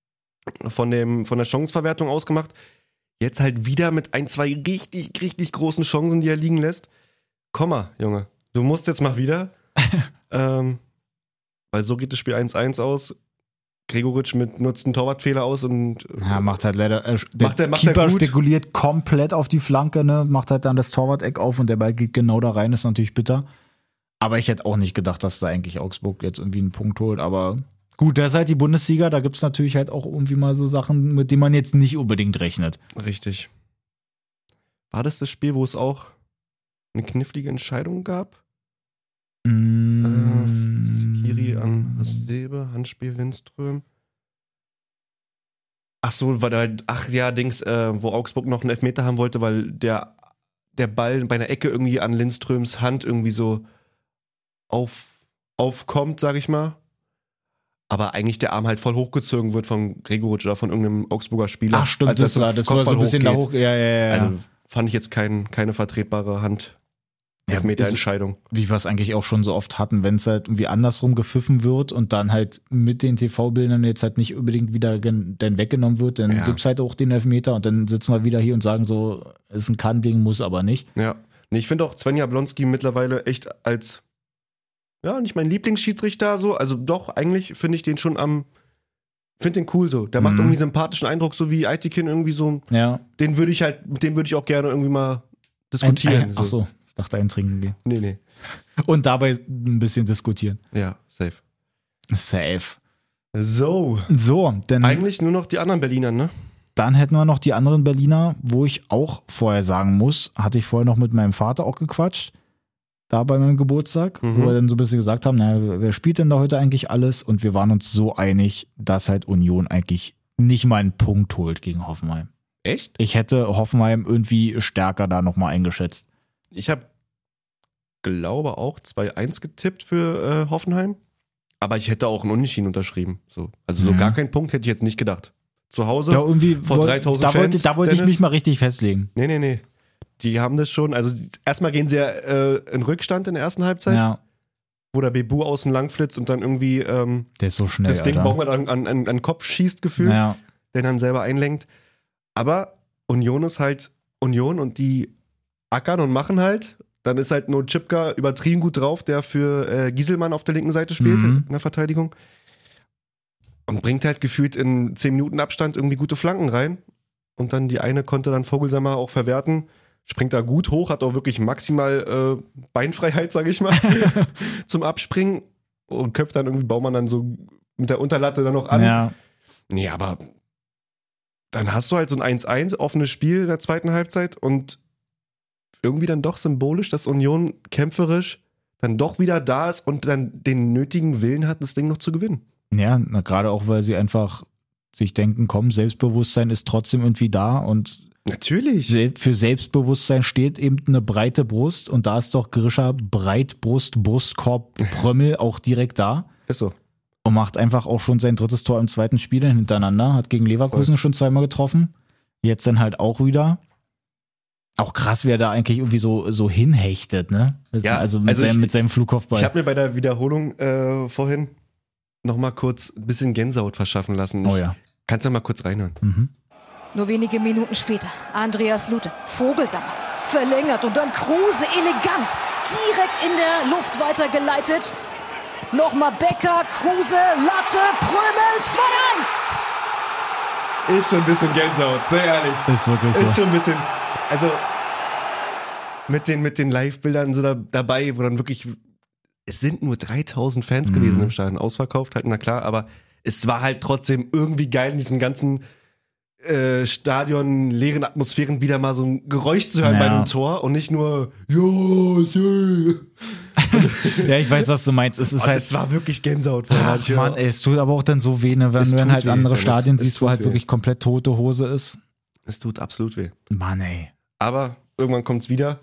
von dem von der Chancenverwertung ausgemacht. Jetzt halt wieder mit ein, zwei richtig, richtig großen Chancen, die er liegen lässt. Komm mal, Junge. Du musst jetzt mal wieder. ähm, weil so geht das Spiel eins eins aus. Gregoritsch mit nutzt einen Torwartfehler aus und Ja, macht halt leider. Äh, der Macht er- macht er Keeper gut. spekuliert komplett auf die Flanke, ne? Macht halt dann das Torwart-Eck auf und der Ball geht genau da rein, ist natürlich bitter. Aber ich hätte auch nicht gedacht, dass da eigentlich Augsburg jetzt irgendwie einen Punkt holt. Aber gut, das ist halt die Bundesliga, da gibt es natürlich halt auch irgendwie mal so Sachen, mit denen man jetzt nicht unbedingt rechnet. richtig. War das das Spiel, wo es auch eine knifflige Entscheidung gab? Mm. Äh, Skiri an Hasebe, Handspiel Lindström. Ach so, weil da, ach ja, Dings, äh, wo Augsburg noch einen Elfmeter haben wollte, weil der, der Ball bei einer Ecke irgendwie an Lindströms Hand irgendwie so auf, aufkommt, sag ich mal. Aber eigentlich der Arm halt voll hochgezogen wird von Gregoritsch oder von irgendeinem Augsburger Spieler. Ach stimmt, als er das zum war, das war so Kopfball ein bisschen da hochgeht. hoch. Ja, ja, ja. ja. Also fand ich jetzt kein, keine vertretbare Hand. Ja, Elfmeterentscheidung. Wie wir es eigentlich auch schon so oft hatten, wenn es halt irgendwie andersrum gepfiffen wird und dann halt mit den T V-Bildern jetzt halt nicht unbedingt wieder gen- dann weggenommen wird, dann Ja. gibt's halt auch den Elfmeter und dann sitzen wir wieder hier und sagen so, ist ein Kann-Ding, muss aber nicht. Ja. Nee, ich finde auch Sven Jablonski mittlerweile echt als, ja, nicht mein Lieblingsschiedsrichter so. Also doch, eigentlich finde ich den schon am, finde den cool so. Der macht Mhm. irgendwie sympathischen Eindruck, so wie Aitikin irgendwie so. Ja. Den würde ich halt, mit dem würde ich auch gerne irgendwie mal diskutieren. Ein, ein, ach so, ich dachte ein Trinken gehen. Nee, nee. Und dabei ein bisschen diskutieren. Ja, safe. Safe. So. So, denn Eigentlich nur noch die anderen Berliner, ne? dann hätten wir noch die anderen Berliner, wo ich auch vorher sagen muss, hatte ich vorher noch mit meinem Vater auch gequatscht, da bei meinem Geburtstag, Mhm. wo wir dann so ein bisschen gesagt haben, na, wer spielt denn da heute eigentlich alles? Und wir waren uns so einig, dass halt Union eigentlich nicht mal einen Punkt holt gegen Hoffenheim. Echt? Ich hätte Hoffenheim irgendwie stärker da nochmal eingeschätzt. Ich habe, glaube auch zwei eins getippt für äh, Hoffenheim. aber ich hätte auch einen Unentschieden unterschrieben. So. Also so Mhm. gar keinen Punkt hätte ich jetzt nicht gedacht. Zu Hause Da irgendwie vor woll- dreitausend da Fans. wollte, da wollte ich Dennis? mich mal richtig festlegen. Nee, nee, nee. Die haben das schon. Also erstmal gehen sie ja äh, in Rückstand in der ersten Halbzeit, Ja, wo der Bebu außen lang flitzt und dann irgendwie ähm, der ist so schnell, das Ding Alter. Baumgart an, an, an den Kopf schießt gefühlt, Ja, der dann selber einlenkt. Aber Union ist halt Union und die ackern und machen halt. Dann ist halt nur Chipka übertrieben gut drauf, der für äh, Gieselmann auf der linken Seite spielt Mhm. in der Verteidigung. Und bringt halt gefühlt in zehn Minuten Abstand irgendwie gute Flanken rein. Und dann die eine konnte dann Vogelsammer auch verwerten. Springt da gut hoch, hat auch wirklich maximal äh, Beinfreiheit, sag ich mal, zum Abspringen. Und köpft dann irgendwie Baumann dann so mit der Unterlatte dann noch an. ja. Nee, aber dann hast du halt so ein eins eins offenes Spiel in der zweiten Halbzeit und irgendwie dann doch symbolisch, dass Union kämpferisch dann doch wieder da ist und dann den nötigen Willen hat, das Ding noch zu gewinnen. Ja, na, gerade auch, weil sie einfach sich denken, komm, Selbstbewusstsein ist trotzdem irgendwie da und Natürlich. sel- für Selbstbewusstsein steht eben eine breite Brust und da ist doch Grisha Breitbrust, Brustkorb, Prömmel auch direkt da Ist so. und macht einfach auch schon sein drittes Tor im zweiten Spiel hintereinander, hat gegen Leverkusen schon zweimal getroffen, jetzt dann halt auch wieder. Auch krass, wie er da eigentlich irgendwie so, so hinhechtet, ne? Mit, Ja, also mit, also seinem, ich- mit seinem Flugkopfball. Ich habe mir bei der Wiederholung äh, vorhin nochmal kurz ein bisschen Gänsehaut verschaffen lassen. oh ja. Kannst du mal kurz reinhören? Mhm. Nur wenige Minuten später, Andreas Lute, Vogelsammer, verlängert und dann Kruse elegant, direkt in der Luft weitergeleitet. Nochmal Becker, Kruse, Latte, Prömel, zwei eins. Ist schon ein bisschen Gänsehaut, sehr ehrlich. Ist wirklich Ist so. schon ein bisschen, also mit den, mit den Live-Bildern so da, dabei, wo dann wirklich, es sind nur dreitausend Fans Mhm. gewesen im Stadion, ausverkauft halt, na klar, aber es war halt trotzdem irgendwie geil, in diesen ganzen äh, Stadion, leeren Atmosphären wieder mal so ein Geräusch zu hören Ja. bei einem Tor und nicht nur, ja, yeah. Ja, ich weiß, was du meinst. Es ist Und halt. es war wirklich Gänsehaut. Vor Ach, Mann, ey, es tut aber auch dann so weh, ne, wenn Es du dann tut halt weh, andere Dennis. Stadien Es siehst, wo tut halt weh. wirklich komplett tote Hose ist. Es tut absolut weh. Mann, ey. Aber irgendwann kommt's wieder.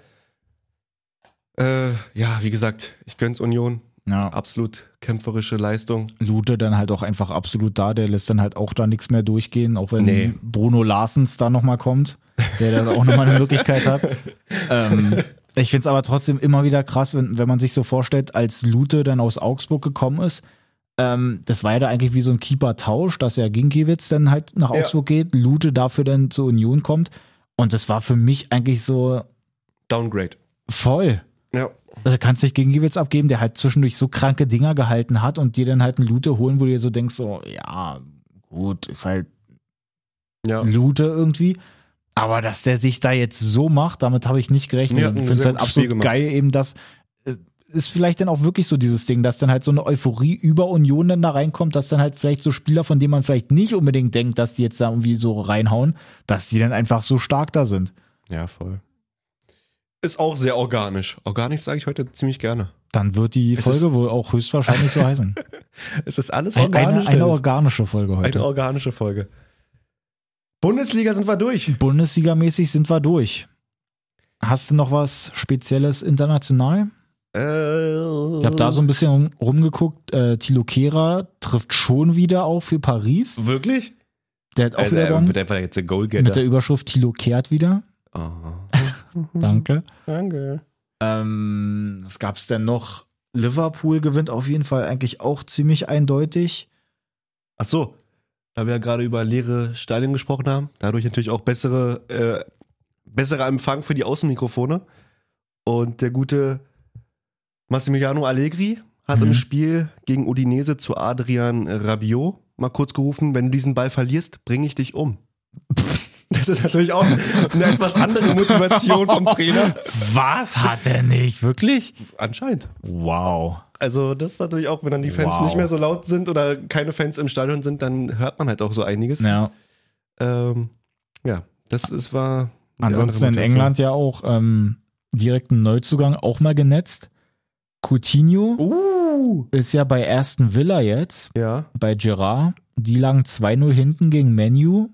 Äh, ja, wie gesagt, ich gönn's Union. Ja. Absolut kämpferische Leistung. Lute dann halt auch einfach absolut da, der lässt dann halt auch da nichts mehr durchgehen, auch wenn Nee. Bruno Larsens da nochmal kommt, der dann auch nochmal eine Möglichkeit hat. Ähm, ich find's aber trotzdem immer wieder krass, wenn, wenn man sich so vorstellt, als Lute dann aus Augsburg gekommen ist, ähm, das war ja da eigentlich wie so ein Keeper-Tausch, dass ja Ginkiewicz dann halt nach Ja. Augsburg geht, Lute dafür dann zur Union kommt und das war für mich eigentlich so Downgrade. voll. Ja. Da kannst du dich gegen Giewitz abgeben, der halt zwischendurch so kranke Dinger gehalten hat und dir dann halt einen Lute holen, wo du dir so denkst, so, ja, gut, ist halt Ja. Lute irgendwie. Aber dass der sich da jetzt so macht, damit habe ich nicht gerechnet. Ja, ich ein finde es sehr halt gutes Spiel absolut gemacht. geil, eben das äh, ist vielleicht dann auch wirklich so dieses Ding, dass dann halt so eine Euphorie über Union dann da reinkommt, dass dann halt vielleicht so Spieler, von denen man vielleicht nicht unbedingt denkt, dass die jetzt da irgendwie so reinhauen, dass die dann einfach so stark da sind. Ja, voll. Ist auch sehr organisch. Organisch sage ich heute ziemlich gerne. Dann wird die Es Folge wohl auch höchstwahrscheinlich so heißen. Es ist alles Ein- organisch. Eine, eine Dennis. organische Folge heute. Eine organische Folge. Bundesliga sind wir durch. Bundesligamäßig sind wir durch. Hast du noch was Spezielles international? Äh, Ich habe da so ein bisschen rumgeguckt. Äh, Thilo Kehrer trifft schon wieder auch für Paris. Wirklich? Der hat auch Also, wieder er gewonnen. wird einfach jetzt der Goalgetter. Mit der Überschrift Thilo kehrt wieder. Oh. Danke. Danke. Ähm, was gab's denn noch? Liverpool gewinnt auf jeden Fall eigentlich auch ziemlich eindeutig. Ach so, da wir ja gerade über leere Stadien gesprochen haben, dadurch natürlich auch bessere, äh, besserer Empfang für die Außenmikrofone. Und der gute Massimiliano Allegri hat Mhm. im Spiel gegen Udinese zu Adrian Rabiot mal kurz gerufen, wenn du diesen Ball verlierst, bringe ich dich um. Das ist natürlich auch eine etwas andere Motivation vom Trainer. Was hat er nicht? Wirklich? Anscheinend. Wow. Also das ist natürlich auch, wenn dann die Fans Wow. nicht mehr so laut sind oder keine Fans im Stadion sind, dann hört man halt auch so einiges. Ja. Ähm, ja, das ist, war. die Ansonsten andere in Motivation. England ja auch ähm, direkten Neuzugang auch mal genetzt. Coutinho Uh, ist ja bei Aston Villa jetzt, ja. bei Gerrard. Die lagen zwei null hinten gegen Man U.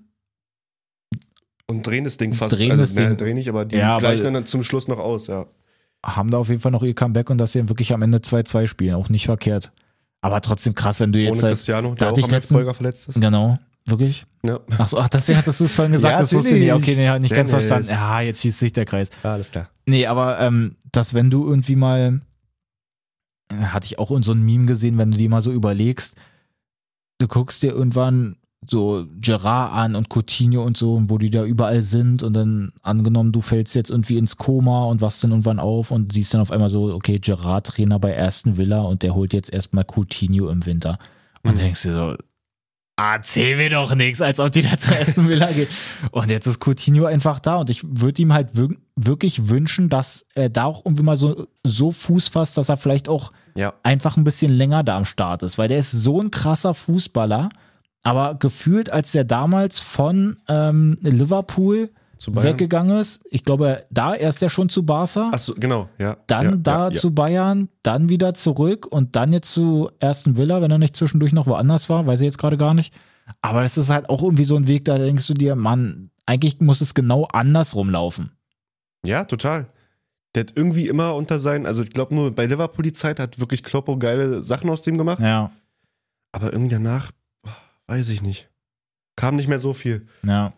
Und drehen das Ding fast. Drehen also, das ne, Ding. drehen nicht, aber die Ja, aber- gleichen dann zum Schluss noch aus, ja. Haben da auf jeden Fall noch ihr Comeback und dass sie dann wirklich am Ende zwei zwei spielen. Auch nicht verkehrt. Aber trotzdem krass, wenn du jetzt Ohne halt, Cristiano, da der hatte auch ich am letzten- Folger verletzt ist. Genau, wirklich? Ja. Ach so, ach, deswegen hattest du es vorhin gesagt, Ja, das wusste ich nicht. Okay, nee, hat nicht ganz Dennis. verstanden. Ja, jetzt schießt sich der Kreis. Ja, alles klar. Nee, aber ähm, dass wenn du irgendwie mal, äh, hatte ich auch in so ein Meme gesehen, wenn du dir mal so überlegst, du guckst dir irgendwann so Gerrard an und Coutinho und so, wo die da überall sind und dann angenommen, du fällst jetzt irgendwie ins Koma und wachst dann irgendwann auf und siehst dann auf einmal so, okay, Gerrard Trainer bei Aston Villa und der holt jetzt erstmal Coutinho im Winter. Und Mhm. denkst dir so, erzähl mir doch nichts, als ob die da zur Aston Villa geht. Und jetzt ist Coutinho einfach da und ich würde ihm halt wir- wirklich wünschen, dass er da auch irgendwie mal so, so Fuß fasst, dass er vielleicht auch Ja. einfach ein bisschen länger da am Start ist, weil der ist so ein krasser Fußballer, aber gefühlt, als der damals von ähm, Liverpool Zu Bayern. weggegangen ist, ich glaube, da erst ja schon zu Barca, Achso, genau, ja. dann ja, da ja, ja. zu Bayern, dann wieder zurück und dann jetzt zu Aston Villa, wenn er nicht zwischendurch noch woanders war, weiß ich jetzt gerade gar nicht. Aber das ist halt auch irgendwie so ein Weg, da denkst du dir, Mann, eigentlich muss es genau andersrum laufen. Ja, total. Der hat irgendwie immer unter seinen, also ich glaube nur bei Liverpool die Zeit hat wirklich Kloppo geile Sachen aus dem gemacht. Ja, Aber irgendwie danach, weiß ich nicht. Kam nicht mehr so viel. ja.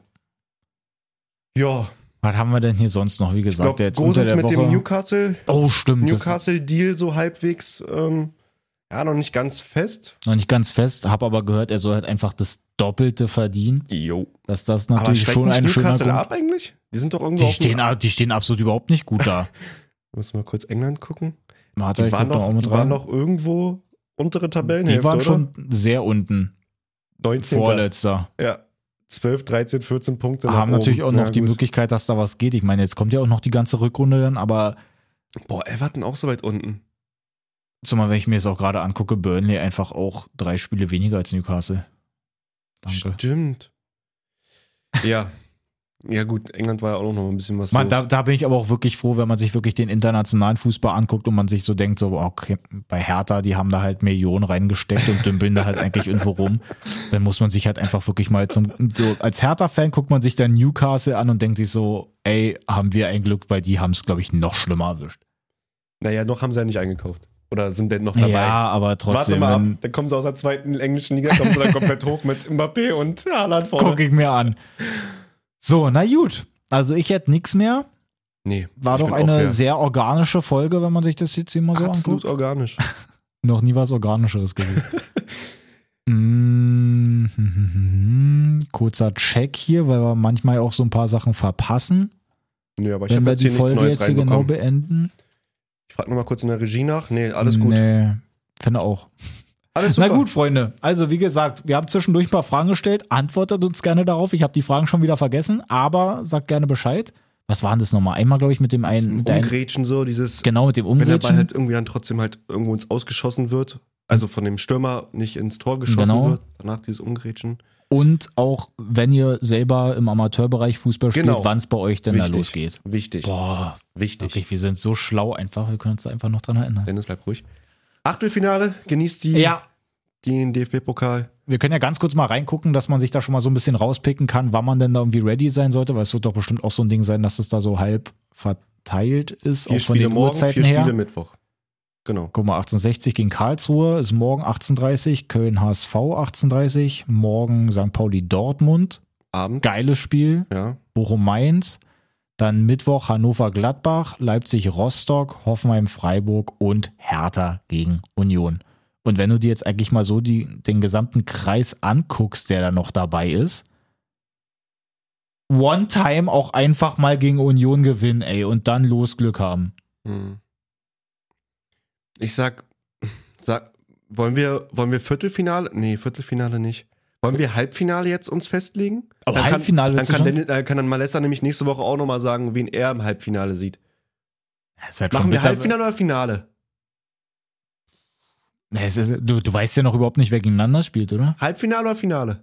Ja, Was haben wir denn hier sonst noch? Wie ich gesagt, glaube, der jetzt unter Gosens der mit Woche. dem Newcastle, oh, stimmt. das- Newcastle-Deal so halbwegs, ähm, ja, noch nicht ganz fest. Noch nicht ganz fest, habe aber gehört, er soll halt einfach das Doppelte verdienen. Jo. Dass das Aber natürlich schreckt schon nicht ein schöner Newcastle Grund. ab eigentlich? Die sind doch irgendwo Die auf dem- stehen, ab- die stehen absolut überhaupt nicht gut da. Müssen wir mal kurz England gucken. Warte, Die ich waren guck da auch doch, mit die waren rein. doch irgendwo untere Tabellen. Die waren schon sehr unten. neunzehnten Vorletzter. Ja. zwölf, dreizehn, vierzehn Punkte. nach Haben natürlich oben. auch noch Ja, die gut. Möglichkeit, dass da was geht. Ich meine, jetzt kommt ja auch noch die ganze Rückrunde dann, aber Boah, Everton auch so weit unten. zumal, wenn ich mir das auch gerade angucke, Burnley einfach auch drei Spiele weniger als Newcastle. Danke. Stimmt. Ja. Ja gut, England war ja auch noch ein bisschen was Man, los. da, da bin ich aber auch wirklich froh, wenn man sich wirklich den internationalen Fußball anguckt und man sich so denkt, so, okay, bei Hertha, die haben da halt Millionen reingesteckt und dümpeln da halt eigentlich irgendwo rum. Dann muss man sich halt einfach wirklich mal zum, so, als Hertha-Fan guckt man sich dann Newcastle an und denkt sich so, ey, haben wir ein Glück, weil die haben es, glaube ich, noch schlimmer erwischt. Naja, noch haben sie ja nicht eingekauft. Oder sind denn noch dabei? Ja, aber Warte trotzdem, mal ab, wenn- dann kommen sie aus der zweiten englischen Liga, kommen sie dann komplett hoch mit Mbappé und Haaland vorne. gucke ich mir an. So, na gut. Also ich hätte nichts mehr. Nee, War ich doch bin eine auch, ja, sehr organische Folge, wenn man sich das jetzt hier mal so absolut anguckt. organisch. Noch nie was Organischeres gewesen. mm, kurzer Check hier, weil wir manchmal auch so ein paar Sachen verpassen, Nee, aber ich wenn habe wir jetzt die hier nichts Folge Neues jetzt hier genau reinbekommen. beenden. Ich frage nochmal kurz in der Regie nach. Nee, alles gut. Nee, finde auch. Alles super. Na gut, Freunde. Also wie gesagt, wir haben zwischendurch ein paar Fragen gestellt. Antwortet uns gerne darauf. Ich habe die Fragen schon wieder vergessen, aber sagt gerne Bescheid. Was waren das nochmal? Einmal, glaube ich, mit dem einen. Mit der einen Umgrätschen so, dieses, genau, mit dem wenn der Ball Umgrätschen. halt irgendwie dann trotzdem halt irgendwo ins Ausgeschossen wird. Also von dem Stürmer nicht ins Tor geschossen Genau. wird. Danach dieses Umgrätschen. Und auch, wenn ihr selber im Amateurbereich Fußball spielt, Genau. wann es bei euch denn Wichtig. da losgeht. Wichtig. Boah, Wichtig. wirklich, wir sind so schlau einfach. Wir können uns da einfach noch dran erinnern. Dennis, bleib ruhig. Achtelfinale, genießt die, Ja, den D F B-Pokal. wir können ja ganz kurz mal reingucken, dass man sich da schon mal so ein bisschen rauspicken kann, wann man denn da irgendwie ready sein sollte, weil es wird doch bestimmt auch so ein Ding sein, dass es da so halb verteilt ist, Vier auch von Spiele den morgen, Uhrzeiten vier her. Spiele Mittwoch. Genau. Guck mal, achtzehnhundertsechzig gegen Karlsruhe ist morgen achtzehn Uhr dreißig, Köln H S V achtzehn Uhr dreißig, morgen Sankt Pauli Dortmund, Abends. geiles Spiel, Ja. Bochum Mainz, dann Mittwoch Hannover Gladbach, Leipzig Rostock, Hoffenheim Freiburg und Hertha gegen Union. Und wenn du dir jetzt eigentlich mal so die, den gesamten Kreis anguckst, der da noch dabei ist, One-Time auch einfach mal gegen Union gewinnen, ey, und dann los Glück haben. Hm. Ich sag, sag, wollen wir, wollen wir Viertelfinale? Nee, Viertelfinale nicht. Wollen wir Halbfinale jetzt uns festlegen? Aber Dann kann- Halbfinale Dann willst du kann, schon? Dennis, äh, kann dann Malessa nämlich nächste Woche auch nochmal sagen, wen er im Halbfinale sieht. Das ist halt Machen schon wir bitter. Halbfinale oder Finale? Nee, es ist, du, du weißt ja noch überhaupt nicht, wer gegeneinander spielt, oder? Halbfinale oder Finale?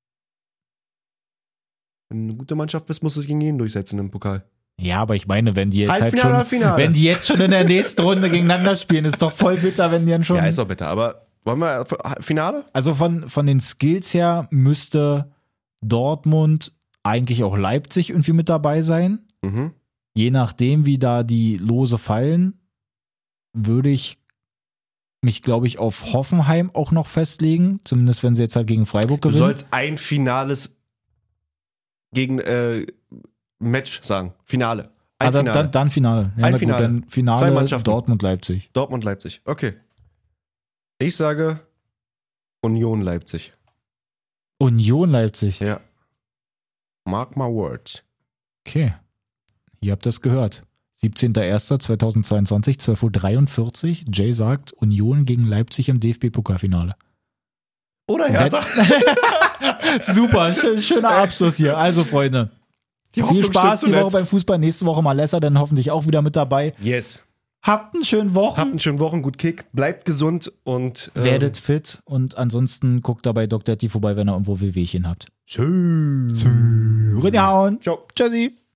Wenn du eine gute Mannschaft bist, musst du es gegen jeden durchsetzen im Pokal. Ja, aber ich meine, wenn die jetzt halt Halbfinale oder schon, Finale? wenn die jetzt schon in der nächsten Runde gegeneinander spielen, ist doch voll bitter, wenn die dann schon. Ja, ist auch bitter, aber wollen wir Finale? Also von, von den Skills her müsste Dortmund eigentlich auch Leipzig irgendwie mit dabei sein. Mhm. Je nachdem, wie da die Lose fallen, würde ich mich, glaube ich, auf Hoffenheim auch noch festlegen. Zumindest, wenn sie jetzt halt gegen Freiburg Du gewinnen. sollst ein finales gegen äh, Match sagen. Finale. Ein ah, dann, Finale. dann, dann Finale. Ja, Ein na Finale. Gut, dann Finale Zwei Mannschaften. Dortmund-Leipzig. Dortmund-Leipzig. Okay. Ich sage Union Leipzig. Union Leipzig. Ja. Mark my words. Okay. Ihr habt das gehört. siebzehnter erster zweitausendzweiundzwanzig, zwölf Uhr dreiundvierzig. Jay sagt Union gegen Leipzig im D F B-Pokalfinale. Oder Hertha. Super, schön, schöner Abschluss hier. Also, Freunde, Die viel Hoffnung Spaß stirbt die Woche zuletzt. beim Fußball. Nächste Woche Malessa, dann hoffentlich auch wieder mit dabei. Yes. Habt einen schönen Wochen. Habt einen schönen Wochen, gut Kick, bleibt gesund und ähm, Werdet fit und ansonsten guckt dabei Doktor T vorbei, wenn ihr irgendwo Wehwehchen habt. schön. Reinhauen. Ciao. Tschüssi.